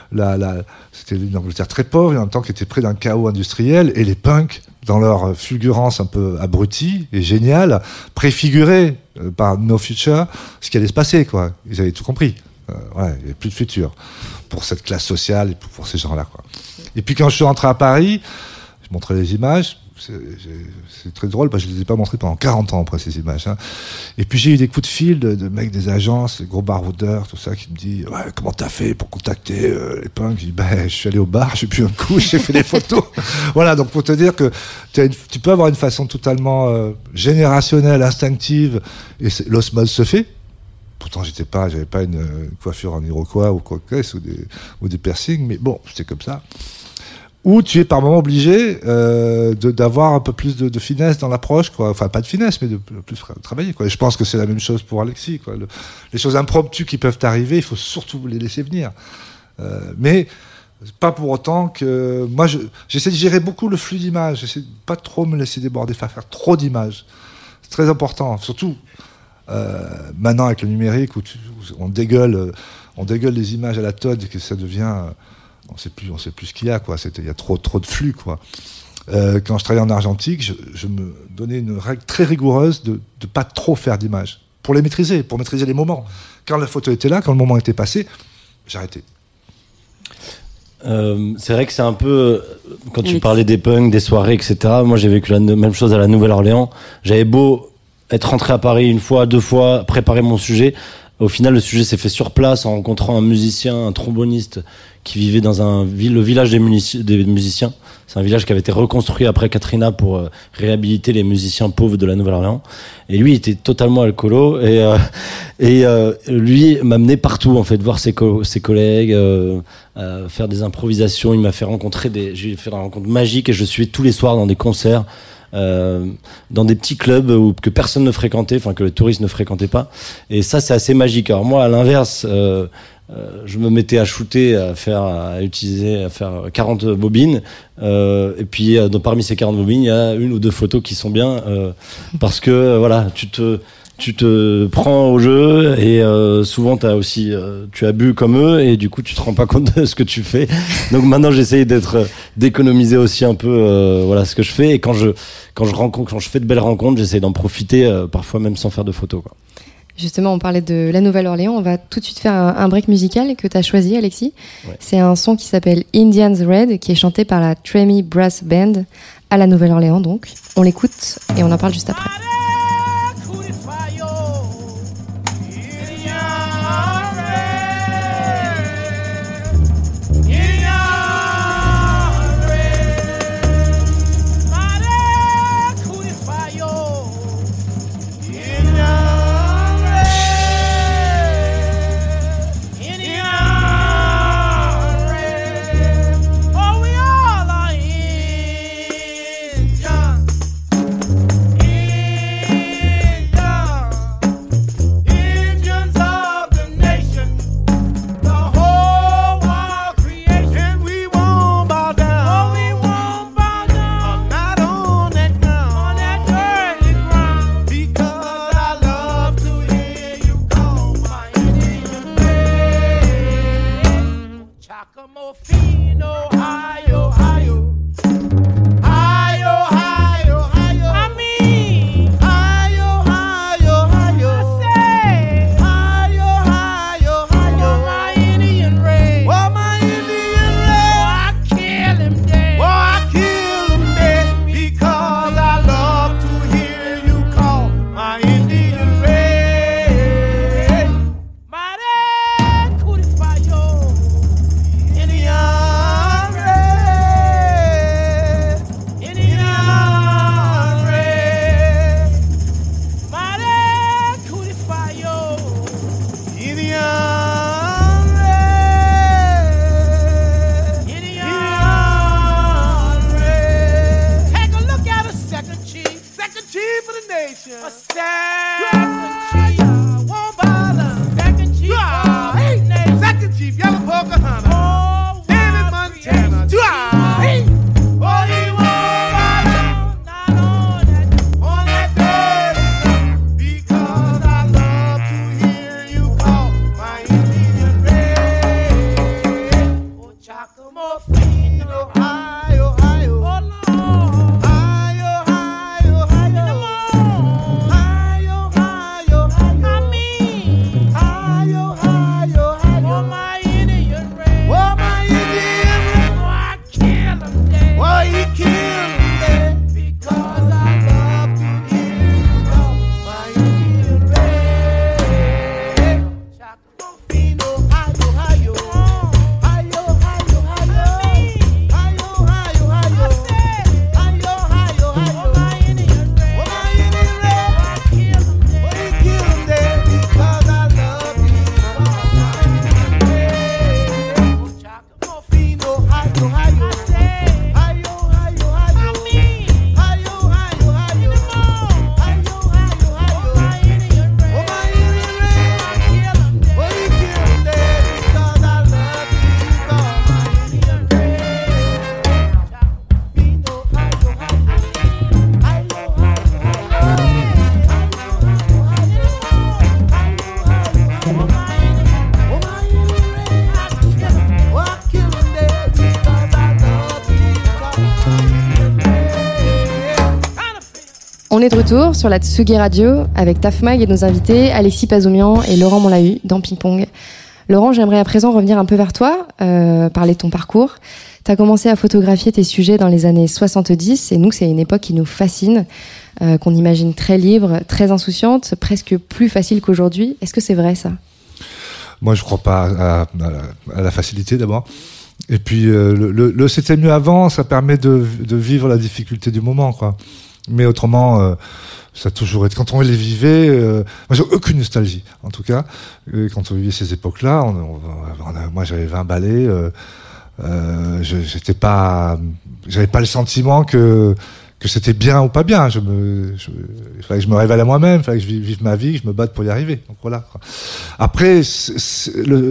c'était une Angleterre très pauvre, et en même temps qui était près d'un chaos industriel, et les punks, dans leur fulgurance un peu abrutie et géniale, préfiguraient par No Future ce qui allait se passer, quoi. Ils avaient tout compris. Il n'y avait plus de futur pour cette classe sociale et pour ces gens-là, quoi. Et puis quand je suis rentré à Paris, je montrais les images, c'est très drôle parce que je ne les ai pas montrées pendant 40 ans après ces images, hein. Et puis j'ai eu des coups de fil de mecs des agences, des gros baroudeurs, tout ça, qui me disent « Ouais, comment t'as fait pour contacter les punks ?» Je dis « Je suis allé au bar, j'ai bu un coup, j'ai fait des photos. » Voilà, donc faut te dire que tu peux avoir une façon totalement générationnelle, instinctive, et l'osmose se fait. Pourtant, j'avais pas une coiffure en iroquois ou quoi que ce soit, ou des piercings, mais bon, c'était comme ça. Ou tu es par moments obligé d'avoir un peu plus de finesse dans l'approche, quoi. Enfin, pas de finesse, mais de plus travailler, quoi. Et je pense que c'est la même chose pour Alexis, quoi. Les choses impromptues qui peuvent arriver, il faut surtout les laisser venir. Mais pas pour autant que... Moi, j'essaie de gérer beaucoup le flux d'images. J'essaie de pas trop me laisser déborder, faire trop d'images. C'est très important, surtout... maintenant avec le numérique où on dégueule les images à la tonne et que ça devient on sait plus ce qu'il y a, quoi. Il y a trop de flux, quoi. Quand je travaillais en argentique, je me donnais une règle très rigoureuse de pas trop faire d'images pour maîtriser les moments. Quand la photo était là, quand le moment était passé, j'arrêtais. C'est vrai que c'est un peu quand tu parlais des punks, des soirées, etc. Moi j'ai vécu la même chose à la Nouvelle-Orléans. J'avais beau être rentré à Paris 1 fois, 2 fois, préparer mon sujet. Au final, le sujet s'est fait sur place en rencontrant un musicien, un tromboniste qui vivait dans le village des musiciens. C'est un village qui avait été reconstruit après Katrina pour réhabiliter les musiciens pauvres de la Nouvelle-Orléans. Et lui, il était totalement alcoolo et lui m'amenait partout en fait, voir ses collègues, faire des improvisations. Il m'a fait rencontrer j'ai fait une rencontre magique et je suivais tous les soirs dans des concerts. dans des petits clubs que personne ne fréquentait, enfin que les touristes ne fréquentaient pas. Et ça, c'est assez magique. Alors moi, à l'inverse, je me mettais à shooter, à faire 40 bobines. Et puis, parmi ces 40 bobines, il y a 1 ou 2 photos qui sont bien, parce que voilà, tu te prends au jeu et souvent tu as bu comme eux et du coup tu te rends pas compte de ce que tu fais. Donc maintenant j'essaye d'économiser aussi un peu voilà ce que je fais, et quand je fais de belles rencontres, j'essaie d'en profiter parfois même sans faire de photos, quoi. Justement, on parlait de la Nouvelle-Orléans. On va tout de suite faire un break musical que tu as choisi, Alexis. Ouais. C'est un son qui s'appelle Indians Red, qui est chanté par la Tremy Brass Band à la Nouvelle-Orléans. Donc, on l'écoute et on en parle juste après. On est de retour sur la Tsugi Radio avec Taf Mag et nos invités Alexis Pazoumian et Laurent Monlahu dans Ping Pong. Laurent, j'aimerais à présent revenir un peu vers toi, parler de ton parcours. Tu as commencé à photographier tes sujets dans les années 70 et nous, c'est une époque qui nous fascine, qu'on imagine très libre, très insouciante, presque plus facile qu'aujourd'hui. Est-ce que c'est vrai ça ? Moi, je crois pas à la facilité d'abord. Et puis, le c'était mieux avant, ça permet de vivre la difficulté du moment, quoi. Mais autrement, ça a toujours été. Quand on les vivait, moi j'ai aucune nostalgie, en tout cas. Quand on vivait ces époques-là, moi j'avais 20 balais, j'avais pas le sentiment que que c'était bien ou pas bien. Il fallait que je me révèle à moi-même, il fallait que je vive ma vie, que je me batte pour y arriver. Donc voilà. Après, c'est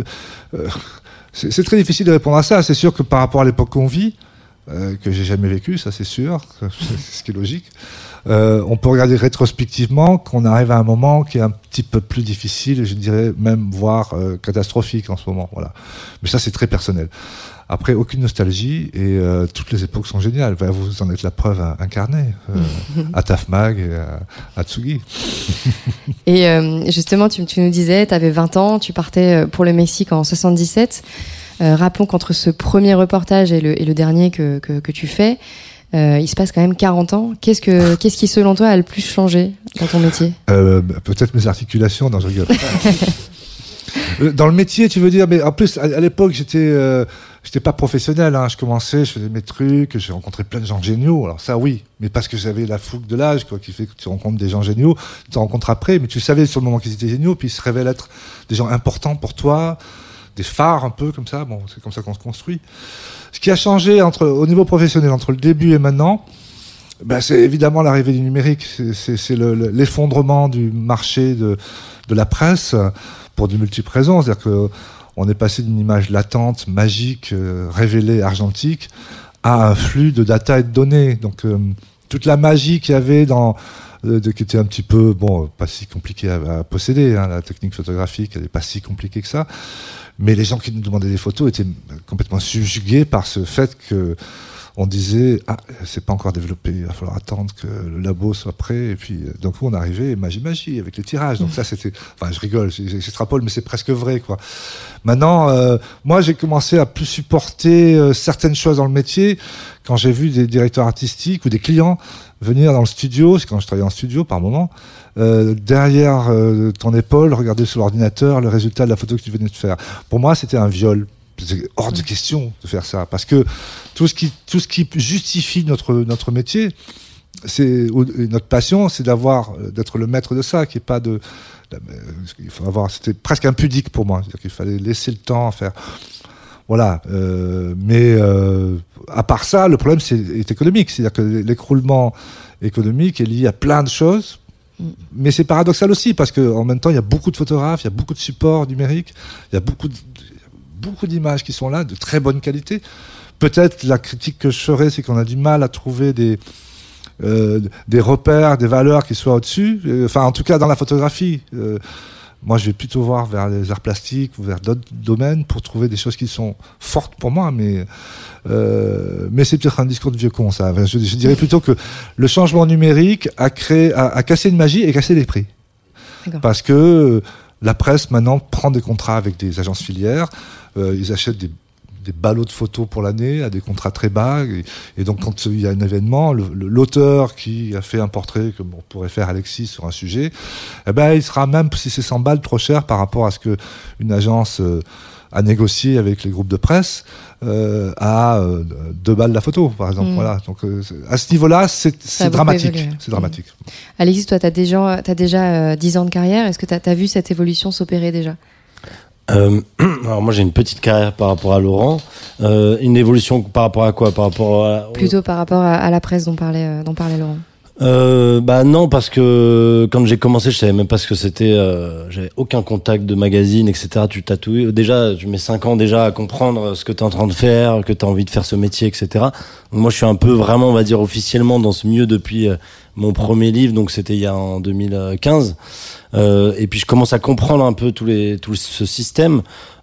très difficile de répondre à ça. C'est sûr que par rapport à l'époque qu'on vit, que j'ai jamais vécu, ça c'est sûr, c'est ce qui est logique. On peut regarder rétrospectivement qu'on arrive à un moment qui est un petit peu plus difficile, je dirais même voire catastrophique en ce moment. Voilà. Mais ça c'est très personnel. Après, aucune nostalgie et toutes les époques sont géniales. Vous en êtes la preuve incarnée à Tafmag et à Tsugi. Et justement, tu nous disais, tu avais 20 ans, tu partais pour le Mexique en 77. Rappelons qu'entre ce premier reportage et le dernier que tu fais, il se passe quand même 40 ans. Qu'est-ce qui, selon toi, a le plus changé dans ton métier ? Peut-être mes articulations, non, je rigole. Dans le métier, tu veux dire, mais en plus, à l'époque, j'étais pas professionnel, hein. Je commençais, je faisais mes trucs, j'ai rencontré plein de gens géniaux. Alors ça, oui, mais parce que j'avais la fougue de l'âge, quoi, qui fait que tu rencontres des gens géniaux, tu te rencontres après, mais tu savais sur le moment qu'ils étaient géniaux, puis ils se révèlent être des gens importants pour toi, des phares un peu comme ça. Bon, c'est comme ça qu'on se construit. Ce qui a changé au niveau professionnel entre le début et maintenant, c'est évidemment l'arrivée du numérique, c'est l'effondrement du marché de la presse pour de multiples raisons. C'est-à-dire que on est passé d'une image latente, magique, révélée, argentique, à un flux de data et de données. Donc toute la magie qu'il y avait qui était un petit peu, pas si compliqué à posséder, hein, la technique photographique, elle n'est pas si compliquée que ça. Mais les gens qui nous demandaient des photos étaient complètement subjugués par ce fait que on disait c'est pas encore développé, il va falloir attendre que le labo soit prêt, et puis d'un coup on arrivait magie avec les tirages. Donc ça c'était, je rigole, j'extrapole, mais c'est presque vrai, quoi. Maintenant, moi j'ai commencé à plus supporter certaines choses dans le métier quand j'ai vu des directeurs artistiques ou des clients venir dans le studio, c'est quand je travaillais en studio par moment, derrière ton épaule, regarder sur l'ordinateur le résultat de la photo que tu venais de faire. Pour moi c'était un viol. C'est hors de question de faire ça, parce que tout ce qui justifie notre métier, notre passion, c'est d'être le maître de ça, qui est pas c'était presque impudique pour moi, c'est-à-dire qu'il fallait laisser le temps à faire. Voilà, mais à part ça, le problème est économique, c'est-à-dire que l'écroulement économique est lié à plein de choses. Mais c'est paradoxal aussi, parce que en même temps, il y a beaucoup de photographes, il y a beaucoup de supports numériques, il y a beaucoup d'images qui sont là, de très bonne qualité. Peut-être la critique que je ferais, c'est qu'on a du mal à trouver des repères, des valeurs qui soient au-dessus. En tout cas, dans la photographie, moi, je vais plutôt voir vers les arts plastiques ou vers d'autres domaines pour trouver des choses qui sont fortes pour moi. Mais c'est peut-être un discours de vieux con, ça. Je dirais plutôt que le changement numérique a cassé une magie et cassé les prix. D'accord. Parce que la presse, maintenant, prend des contrats avec des agences filières. Ils achètent des ballots de photos pour l'année à des contrats très bas. Et donc, quand il y a un événement, l'auteur qui a fait un portrait, comme on pourrait faire Alexis sur un sujet, il sera, même si c'est 100 balles, trop cher par rapport à ce que une agence a négocié avec les groupes de presse à 2 balles la photo, par exemple. Voilà. Donc, à ce niveau-là, c'est dramatique. C'est dramatique. Alexis, toi, t'as déjà 10 ans de carrière. Est-ce que t'as vu cette évolution s'opérer déjà ? Alors moi j'ai une petite carrière par rapport à Laurent. Une évolution par rapport à quoi ? Plutôt par rapport à la presse dont parlait Laurent. Non, parce que quand j'ai commencé, je savais même pas ce que c'était. J'avais aucun contact de magazine, etc. Tu tatoues. Déjà, tu mets 5 ans déjà à comprendre ce que t'es en train de faire, que t'as envie de faire ce métier, etc. Donc moi, je suis un peu vraiment, on va dire officiellement dans ce milieu depuis mon premier livre. Donc c'était en 2015. Et puis je commence à comprendre un peu tout ce système.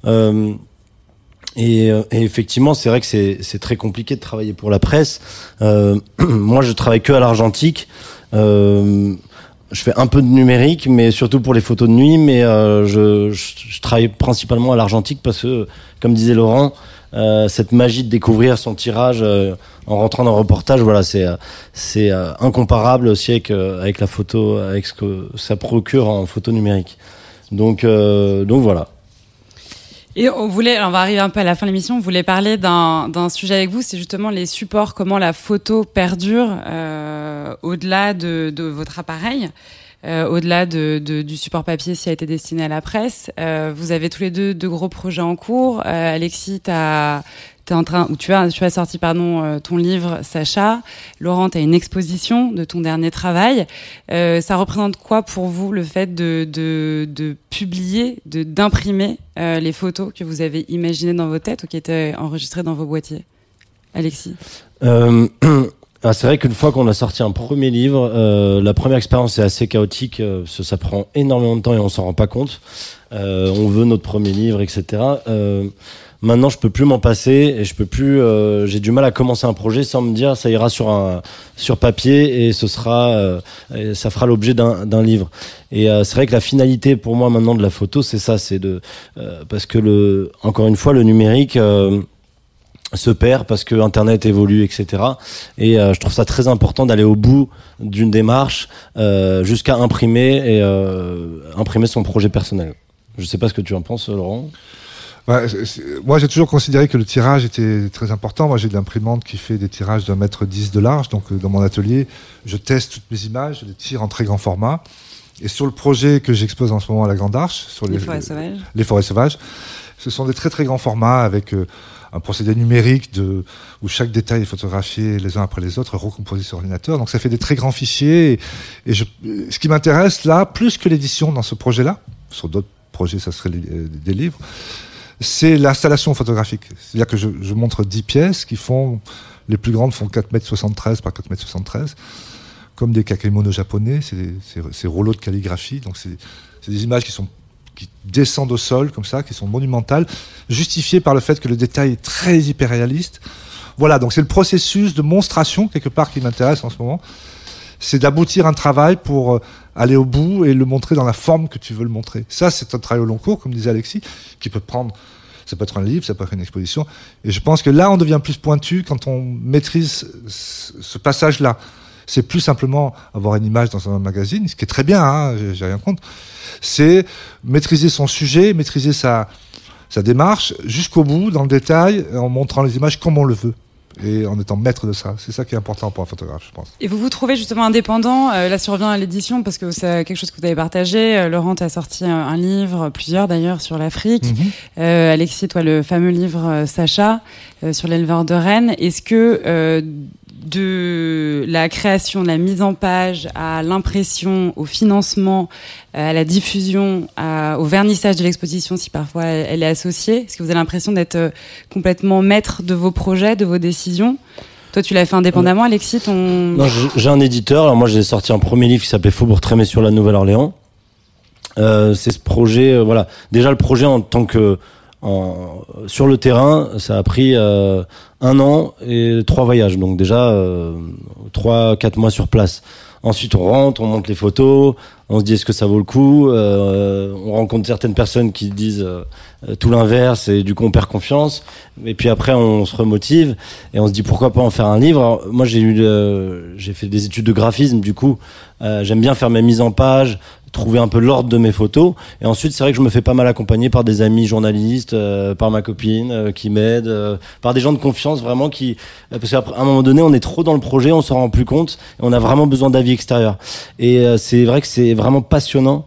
Et effectivement, c'est vrai que c'est très compliqué de travailler pour la presse. Moi, je travaille que à l'argentique. Je fais un peu de numérique, mais surtout pour les photos de nuit. Mais je travaille principalement à l'argentique parce que, comme disait Laurent, cette magie de découvrir son tirage en rentrant dans un reportage, voilà, c'est incomparable aussi avec la photo, avec ce que ça procure en photo numérique. Donc voilà. Et on va arriver un peu à la fin de l'émission, on voulait parler d'un sujet avec vous, c'est justement les supports, comment la photo perdure au-delà de votre appareil, au-delà du support papier s'il a été destiné à la presse. Vous avez tous les deux de gros projets en cours. Alexis, t'as tu as sorti ton livre Sacha. Laurent, tu as une exposition de ton dernier travail. Ça représente quoi pour vous le fait de publier, d'imprimer les photos que vous avez imaginées dans vos têtes ou qui étaient enregistrées dans vos boîtiers? Alexis? C'est vrai qu'une fois qu'on a sorti un premier livre, la première expérience est assez chaotique, ça prend énormément de temps et on s'en rend pas compte. On veut notre premier livre, etc. Maintenant, je peux plus m'en passer et j'ai du mal à commencer un projet sans me dire ça ira sur papier et ça fera l'objet d'un livre. Et c'est vrai que la finalité pour moi maintenant de la photo, c'est ça, parce que encore une fois, le numérique se perd parce que Internet évolue, etc. Et je trouve ça très important d'aller au bout d'une démarche jusqu'à imprimer son projet personnel. Je sais pas ce que tu en penses, Laurent. Ouais, moi, j'ai toujours considéré que le tirage était très important. Moi, j'ai de l'imprimante qui fait des tirages d'1,10 m de large. Donc, dans mon atelier, je teste toutes mes images, je les tire en très grand format. Et sur le projet que j'expose en ce moment à la Grande Arche, sur les forêts sauvages, ce sont des très très grands formats avec un procédé numérique où chaque détail est photographié les uns après les autres, recomposé sur ordinateur. Donc, ça fait des très grands fichiers. Et ce qui m'intéresse là, plus que l'édition dans ce projet-là, sur d'autres projets, ça serait des livres, c'est l'installation photographique. C'est-à-dire que je montre 10 pièces les plus grandes font 4,73 m par 4,73 m, comme des kakemonos japonais, ces rouleaux de calligraphie. Donc c'est des images qui descendent au sol, comme ça, qui sont monumentales, justifiées par le fait que le détail est très hyper-réaliste. Voilà, donc c'est le processus de monstration, quelque part, qui m'intéresse en ce moment. C'est d'aboutir un travail pour aller au bout et le montrer dans la forme que tu veux le montrer. Ça, c'est un travail au long cours, comme disait Alexis, qui peut prendre... Ça peut être un livre, ça peut être une exposition. Et je pense que là, on devient plus pointu quand on maîtrise ce passage-là. C'est plus simplement avoir une image dans un magazine, ce qui est très bien, hein, j'ai rien contre. C'est maîtriser son sujet, maîtriser sa démarche jusqu'au bout, dans le détail, en montrant les images comme on le veut. Et en étant maître de ça. C'est ça qui est important pour un photographe, je pense. Et vous trouvez justement indépendant, là si on revient à l'édition, parce que c'est quelque chose que vous avez partagé, Laurent, tu as sorti un livre, plusieurs d'ailleurs, sur l'Afrique. Alexis, toi, le fameux livre Sacha, sur l'éleveur de rennes. Est-ce que de la création, de la mise en page, à l'impression, au financement, à la diffusion, au vernissage de l'exposition, si parfois elle est associée, est-ce que vous avez l'impression d'être complètement maître de vos projets, de vos décisions? Toi, tu l'as fait indépendamment, Alexis, Non, j'ai un éditeur. Alors moi, j'ai sorti un premier livre qui s'appelait Faubourg Trémé sur la Nouvelle-Orléans. C'est ce projet, voilà. Déjà, le projet en tant que sur le terrain, ça a pris 1 an et 3 voyages. Donc déjà 3-4 mois sur place. Ensuite, on rentre, on monte les photos, on se dit est-ce que ça vaut le coup. On rencontre certaines personnes qui disent tout l'inverse et du coup on perd confiance. Et puis après, on se remotive et on se dit pourquoi pas en faire un livre. Alors, moi, j'ai fait des études de graphisme. Du coup, j'aime bien faire mes mises en page, trouver un peu l'ordre de mes photos. Et ensuite, c'est vrai que je me fais pas mal accompagner par des amis journalistes, par ma copine qui m'aide, par des gens de confiance vraiment parce qu'à un moment donné, on est trop dans le projet, on s'en rend plus compte et on a vraiment besoin d'avis extérieurs. Et c'est vrai que c'est vraiment passionnant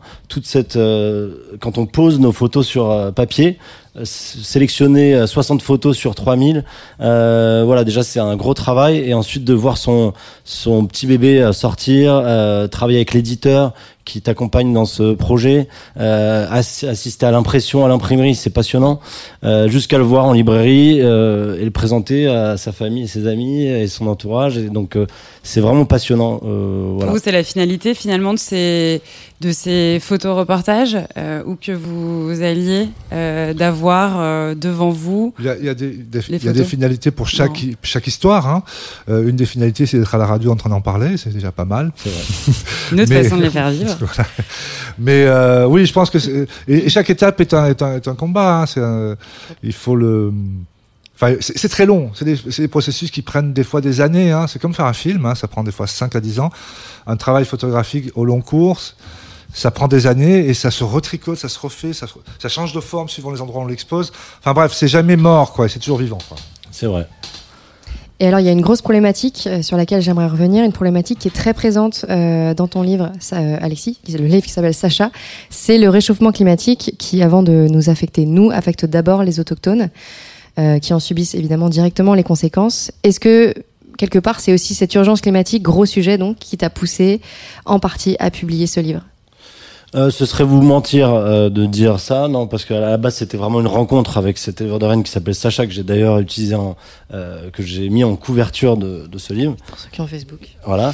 quand on pose nos photos sur papier. Sélectionner 60 photos sur 3000, voilà, déjà c'est un gros travail. Et ensuite de voir son petit bébé sortir, travailler avec l'éditeur qui t'accompagne dans ce projet, assister à l'impression, à l'imprimerie, c'est passionnant, jusqu'à le voir en librairie et le présenter à sa famille et ses amis et son entourage. Et donc c'est vraiment passionnant. Voilà. Pour vous, c'est la finalité finalement de ces photoreportages ou que vous alliez d'avoir devant vous. Il y a des finalités pour chaque histoire. Hein. Une des finalités, c'est d'être à la radio en train d'en parler, c'est déjà pas mal. C'est vrai. Une autre façon de les faire vivre. Voilà. Mais oui, je pense que et chaque étape est un combat. Hein. Il faut le. Enfin, c'est très long. C'est des processus qui prennent des fois des années. Hein. C'est comme faire un film. Hein. Ça prend des fois 5 à 10 ans. Un travail photographique au long cours, ça prend des années et ça se retricote, ça se refait, ça change de forme suivant les endroits où on l'expose. Enfin bref, c'est jamais mort, quoi. C'est toujours vivant, quoi. C'est vrai. Et alors, il y a une grosse problématique sur laquelle j'aimerais revenir, une problématique qui est très présente dans ton livre, Alexis, le livre qui s'appelle Sacha. C'est le réchauffement climatique qui, avant de nous affecter, affecte d'abord les autochtones. qui en subissent évidemment directement les conséquences. Est-ce que quelque part, c'est aussi cette urgence climatique, gros sujet donc, qui t'a poussé en partie à publier ce livre ? Ce serait vous mentir de dire ça, non, parce qu'à la base c'était vraiment une rencontre avec cet éleveur de rennes qui s'appelle Sacha, que j'ai d'ailleurs utilisé que j'ai mis en couverture de ce livre. Pour ceux qui ont Facebook. Voilà.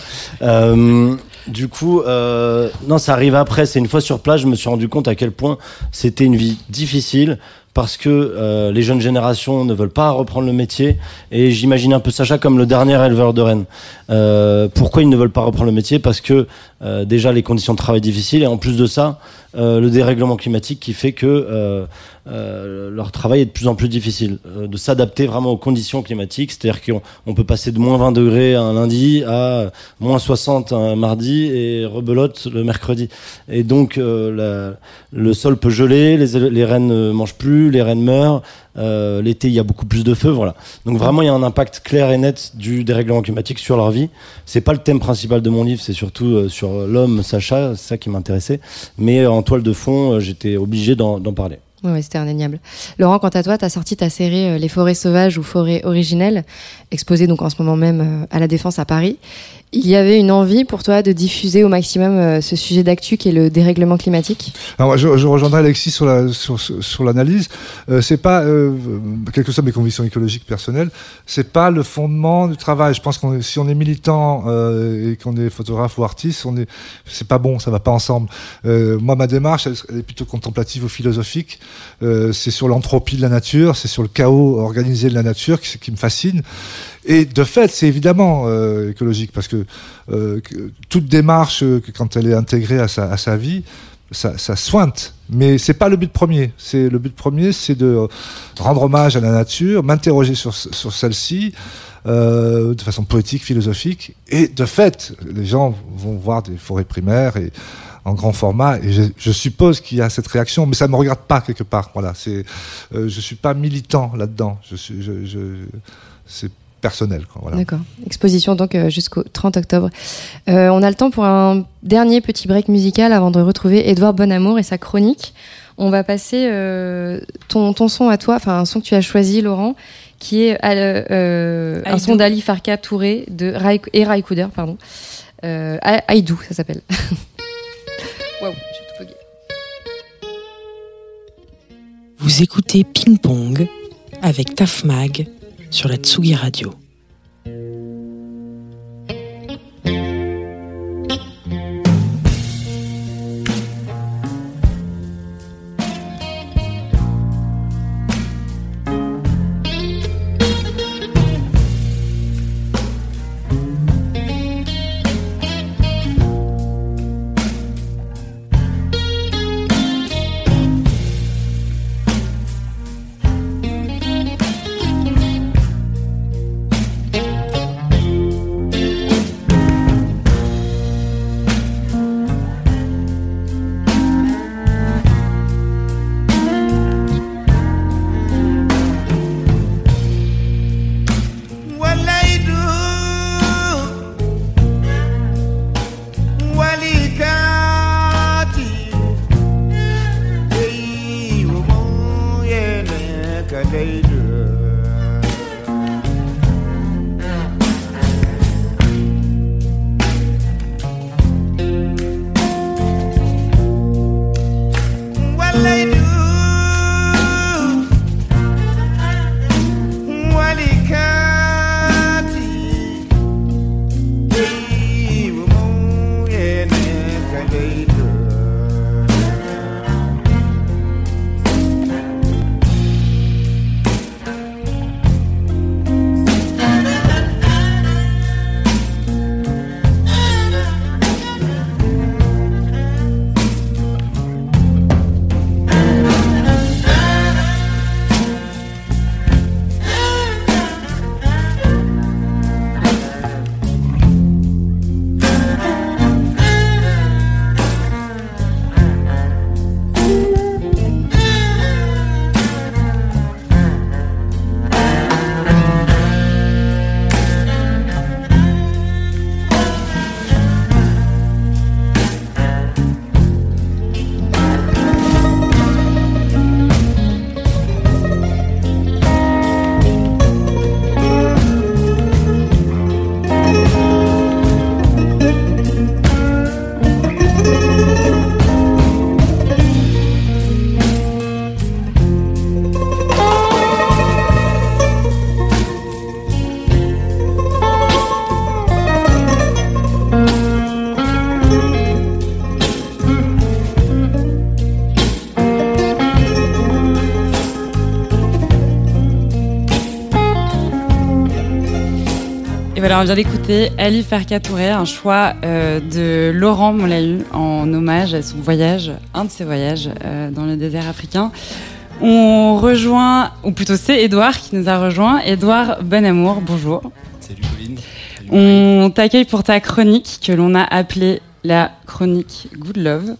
Du coup, non, ça arrive après. C'est une fois sur place, je me suis rendu compte à quel point c'était une vie difficile. Parce que les jeunes générations ne veulent pas reprendre le métier, et j'imagine un peu Sacha comme le dernier éleveur de rennes. Pourquoi ils ne veulent pas reprendre le métier ? Parce que déjà les conditions de travail difficiles, et en plus de ça, le dérèglement climatique qui fait que leur travail est de plus en plus difficile, de s'adapter vraiment aux conditions climatiques. C'est-à-dire qu'on peut passer de moins 20 degrés un lundi à moins 60 un mardi et rebelote le mercredi. Et donc le sol peut geler, les rennes ne mangent plus, les rennes meurent. L'été, il y a beaucoup plus de feu, voilà. Donc vraiment, il y a un impact clair et net du dérèglement climatique sur leur vie. C'est pas le thème principal de mon livre, c'est surtout sur l'homme Sacha, c'est ça qui m'intéressait. Mais en toile de fond, j'étais obligé d'en parler. Oui, c'était indéniable. Laurent, quant à toi, tu as sorti ta série Les forêts sauvages ou forêts originelles, exposée donc en ce moment même à la Défense à Paris. Il y avait une envie pour toi de diffuser au maximum ce sujet d'actu qui est le dérèglement climatique ? Alors, je rejoindrai Alexis sur l'analyse. C'est pas, quelles que soient mes convictions écologiques personnelles, c'est pas le fondement du travail. Je pense si on est militant et qu'on est photographe ou artiste, c'est pas bon, ça va pas ensemble. Moi, ma démarche, elle est plutôt contemplative ou philosophique. C'est sur l'entropie de la nature, c'est sur le chaos organisé de la nature qui me fascine. Et de fait, c'est évidemment écologique, parce que toute démarche, quand elle est intégrée à sa vie, ça sointe. Mais c'est pas le but premier. Le but premier, c'est de rendre hommage à la nature, m'interroger sur celle-ci, de façon poétique, philosophique. Et de fait, les gens vont voir des forêts primaires et en grand format, et je suppose qu'il y a cette réaction, mais ça me regarde pas quelque part. Voilà, je suis pas militant là-dedans. C'est personnel, quoi, voilà. D'accord. Exposition donc jusqu'au 30 octobre. On a le temps pour un dernier petit break musical avant de retrouver Édouard Bonamour et sa chronique. On va passer ton son à toi, enfin un son que tu as choisi, Laurent, qui est un son d'Ali Farka Touré et Ray Cooder, pardon. Aïdou, ça s'appelle. Waouh, j'ai tout bugué. Vous écoutez Ping Pong avec Taf Mag sur la Tsugi Radio. voilà, on vient d'écouter Ali Farka Touré, un choix de Laurent Moulaïu en hommage à son voyage, un de ses voyages dans le désert africain. On rejoint, ou plutôt c'est Édouard qui nous a rejoint. Édouard Bonamour, bonjour. Salut Pauline. Salut on t'accueille pour ta chronique que l'on a appelée la chronique Good Love.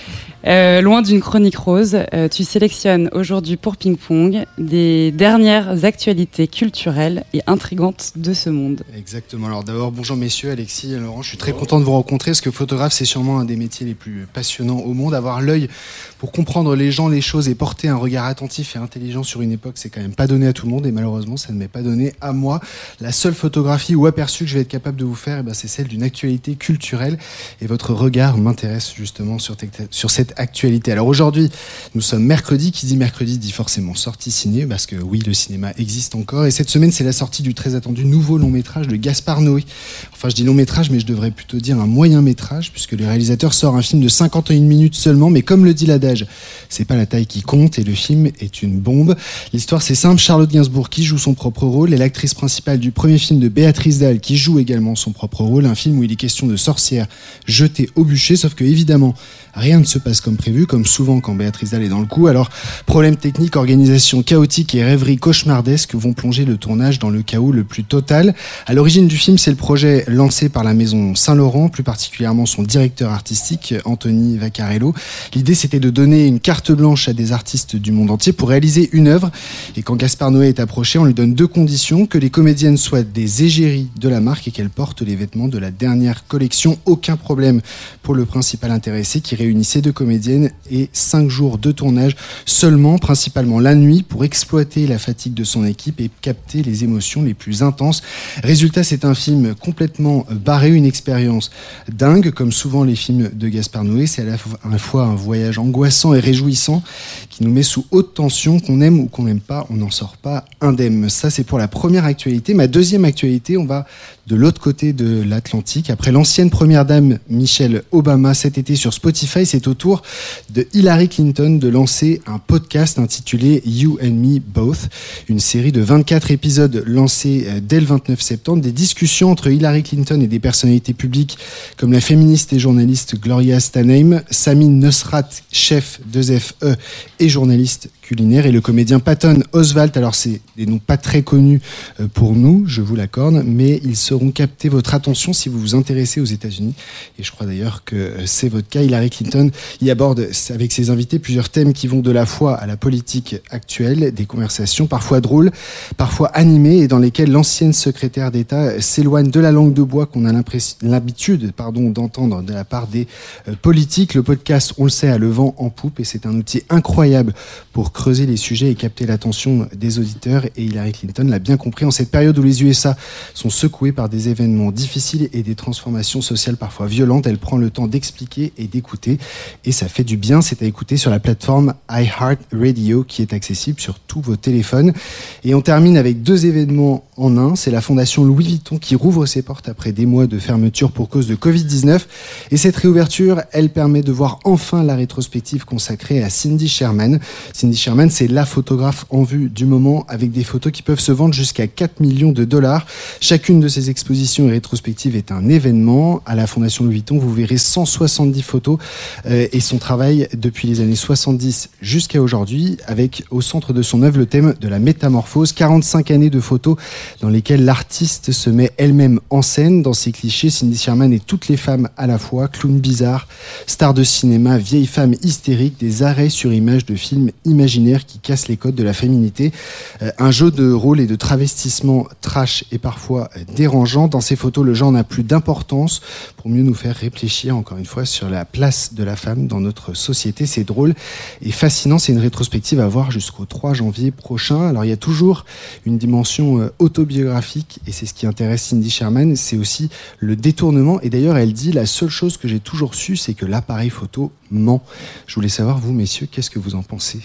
Loin d'une chronique rose, tu sélectionnes aujourd'hui pour Ping Pong des dernières actualités culturelles et intrigantes de ce monde. Exactement. Alors d'abord, bonjour messieurs, Alexis et Laurent, je suis très content de vous rencontrer parce que photographe, c'est sûrement un des métiers les plus passionnants au monde. Avoir l'œil pour comprendre les gens, les choses et porter un regard attentif et intelligent sur une époque, c'est quand même pas donné à tout le monde et malheureusement, ça ne m'est pas donné à moi. La seule photographie ou aperçu que je vais être capable de vous faire, c'est celle d'une actualité culturelle et votre regard m'intéresse justement sur cette actualité. Alors aujourd'hui, nous sommes mercredi. Qui dit mercredi dit forcément sortie ciné, parce que oui, le cinéma existe encore. Et cette semaine, c'est la sortie du très attendu nouveau long métrage de Gaspard Noé. Enfin, je dis long métrage, mais je devrais plutôt dire un moyen métrage, puisque le réalisateur sort un film de 51 minutes seulement. Mais comme le dit l'adage, c'est pas la taille qui compte, et le film est une bombe. L'histoire, c'est simple. Charlotte Gainsbourg qui joue son propre rôle, est l'actrice principale du premier film de Béatrice Dalle qui joue également son propre rôle. Un film où il est question de sorcières jetées au bûcher, sauf que évidemment, rien ne se passe comme prévu, comme souvent quand Béatrice Dalle est dans le coup. Alors, problème technique, organisation chaotique et rêverie cauchemardesque vont plonger le tournage dans le chaos le plus total. À l'origine du film, c'est le projet lancé par la maison Saint-Laurent, plus particulièrement son directeur artistique, Anthony Vaccarello. L'idée, c'était de donner une carte blanche à des artistes du monde entier pour réaliser une œuvre. Et quand Gaspard Noé est approché, on lui donne deux conditions: que les comédiennes soient des égéries de la marque et qu'elles portent les vêtements de la dernière collection. Aucun problème pour le principal intéressé qui réunissait deux comédiennes et 5 jours de tournage seulement, principalement la nuit, pour exploiter la fatigue de son équipe et capter les émotions les plus intenses. Résultat, c'est un film complètement barré, une expérience dingue, comme souvent les films de Gaspard Noé. C'est à la fois un voyage angoissant et réjouissant qui nous met sous haute tension. Qu'on aime ou qu'on n'aime pas, on n'en sort pas indemne. Ça, c'est pour la première actualité. Ma deuxième actualité, on va de l'autre côté de l'Atlantique. Après l'ancienne première dame Michelle Obama cet été sur Spotify, c'est au tour de Hillary Clinton de lancer un podcast intitulé You and Me Both, une série de 24 épisodes lancés dès le 29 septembre, des discussions entre Hillary Clinton et des personnalités publiques comme la féministe et journaliste Gloria Steinem, Samine Nosrat, chef 2FE et journaliste culinaire, et le comédien Patton Oswalt. Alors c'est des noms pas très connus pour nous, je vous l'accorde, mais ils sauront capter votre attention si vous vous intéressez aux États-Unis, et je crois d'ailleurs que c'est votre cas. Hillary Clinton y aborde avec ses invités plusieurs thèmes qui vont de la foi à la politique actuelle, des conversations parfois drôles, parfois animées, et dans lesquelles l'ancienne secrétaire d'État s'éloigne de la langue de bois qu'on a l'habitude d'entendre de la part des politiques. Le podcast, on le sait, a le vent en poupe, et c'est un outil incroyable pour creuser les sujets et capter l'attention des auditeurs, et Hillary Clinton l'a bien compris en cette période où les USA sont secoués par des événements difficiles et des transformations sociales parfois violentes. Elle prend le temps d'expliquer et d'écouter, et ça fait du bien. C'est à écouter sur la plateforme iHeartRadio qui est accessible sur tous vos téléphones. Et on termine avec deux événements en un. C'est la fondation Louis Vuitton qui rouvre ses portes après des mois de fermeture pour cause de Covid-19, et cette réouverture, elle permet de voir enfin la rétrospective consacrée à Cindy Sherman. Cindy Sherman, c'est la photographe en vue du moment, avec des photos qui peuvent se vendre jusqu'à 4 millions de dollars. Chacune de ces expositions et rétrospectives est un événement. À la Fondation Louis Vuitton, vous verrez 170 photos et son travail depuis les années 70 jusqu'à aujourd'hui, avec au centre de son œuvre le thème de la métamorphose. 45 années de photos dans lesquelles l'artiste se met elle-même en scène. Dans ses clichés, Cindy Sherman est toutes les femmes à la fois, clown bizarre, star de cinéma, vieille femme hystérique, des arrêts sur images de films imaginaires qui cassent les codes de la féminité. Un jeu de rôle et de travestissement trash et parfois dérangeant. Dans ces photos, le genre n'a plus d'importance pour mieux nous faire réfléchir encore une fois sur la place de la femme dans notre société. C'est drôle et fascinant. C'est une rétrospective à voir jusqu'au 3 janvier prochain. Alors il y a toujours une dimension autobiographique, et c'est ce qui intéresse Cindy Sherman, c'est aussi le détournement. Et d'ailleurs, elle dit: la seule chose que j'ai toujours su, c'est que l'appareil photo ment. Je voulais savoir, vous messieurs, qu'est-ce que vous en pensez?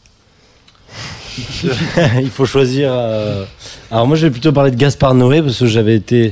Il faut choisir. Alors moi, je vais plutôt parler de Gaspard Noé, parce que j'avais été,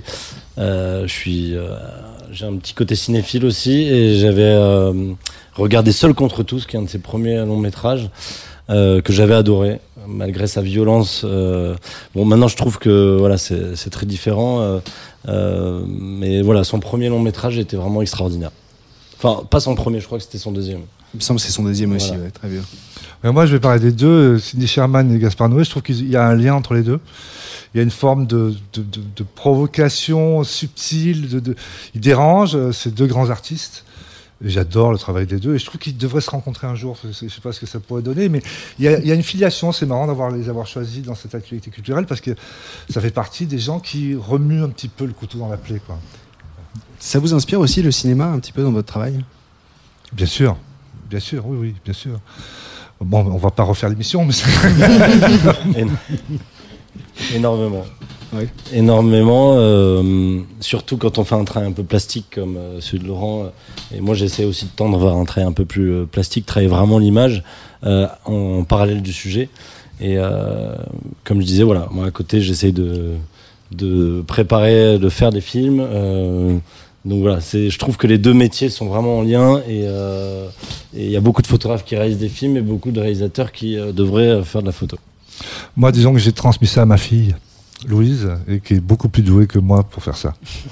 j'ai un petit côté cinéphile aussi, et j'avais regardé Seul contre tous, qui est un de ses premiers longs métrages que j'avais adoré, malgré sa violence. Bon, maintenant je trouve que voilà, c'est très différent. Mais voilà, son premier long métrage était vraiment extraordinaire. Enfin, pas son premier, je crois que c'était son deuxième. Il me semble que c'est son deuxième aussi, Voilà. ouais, très bien. Mais moi, je vais parler des deux, Cindy Sherman et Gaspard Noé. Je trouve qu'il y a un lien entre les deux. Il y a une forme de provocation subtile. Ils dérangent, ces deux grands artistes. Et j'adore le travail des deux. Et je trouve qu'ils devraient se rencontrer un jour. Je ne sais pas ce que ça pourrait donner. Mais il y a une filiation. C'est marrant les avoir choisis dans cette actualité culturelle parce que ça fait partie des gens qui remuent un petit peu le couteau dans la plaie, quoi. Ça vous inspire aussi le cinéma un petit peu dans votre travail ? Bien sûr, oui, bien sûr. Bon, on va pas refaire l'émission, mais c'est... Énormément. Oui. Énormément, surtout quand on fait un trait un peu plastique comme celui de Laurent. Et moi, j'essaie aussi de tendre vers un trait un peu plus plastique, travailler vraiment l'image en parallèle du sujet. Et comme je disais, voilà, moi à côté, j'essaie de préparer, de faire des films. Donc voilà, je trouve que les deux métiers sont vraiment en lien et il y a beaucoup de photographes qui réalisent des films et beaucoup de réalisateurs qui devraient faire de la photo. Moi, disons que j'ai transmis ça à ma fille, Louise, et qui est beaucoup plus douée que moi pour faire ça.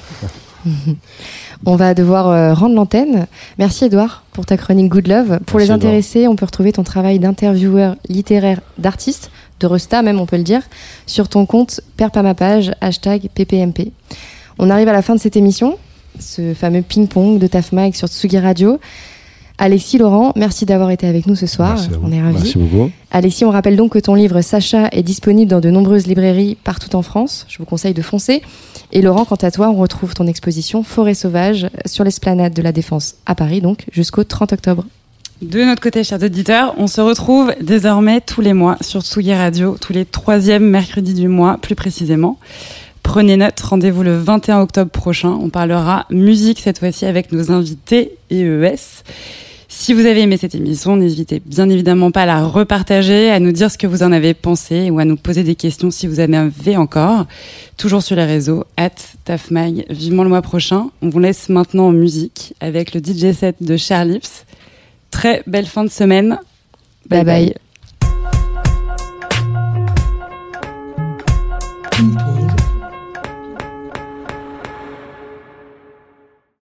On va devoir rendre l'antenne. Merci Edouard pour ta chronique Good Love. Pour Merci, les intéressés, on peut retrouver ton travail d'intervieweur littéraire, d'artiste, de resta même on peut le dire, sur ton compte Perds pas ma page, #PPMP. On arrive à la fin de cette émission, ce fameux ping-pong de Taf Mag sur Tsugi Radio. Alexis, Laurent, merci d'avoir été avec nous ce soir. Merci à vous. On est ravis. Merci beaucoup. Alexis, on rappelle donc que ton livre Sacha est disponible dans de nombreuses librairies partout en France. Je vous conseille de foncer. Et Laurent, quant à toi, on retrouve ton exposition Forêt sauvage sur l'esplanade de la Défense à Paris, donc jusqu'au 30 octobre. De notre côté, chers auditeurs, on se retrouve désormais tous les mois sur Tsugi Radio, tous les 3e mercredis du mois, plus précisément. Prenez note, rendez-vous le 21 octobre prochain. On parlera musique cette fois-ci avec nos invités EES. Si vous avez aimé cette émission, n'hésitez bien évidemment pas à la repartager, à nous dire ce que vous en avez pensé ou à nous poser des questions si vous en avez encore. Toujours sur les réseaux, @tafmag. Vivement le mois prochain. On vous laisse maintenant en musique avec le DJ set de Charlips. Très belle fin de semaine. Bye bye.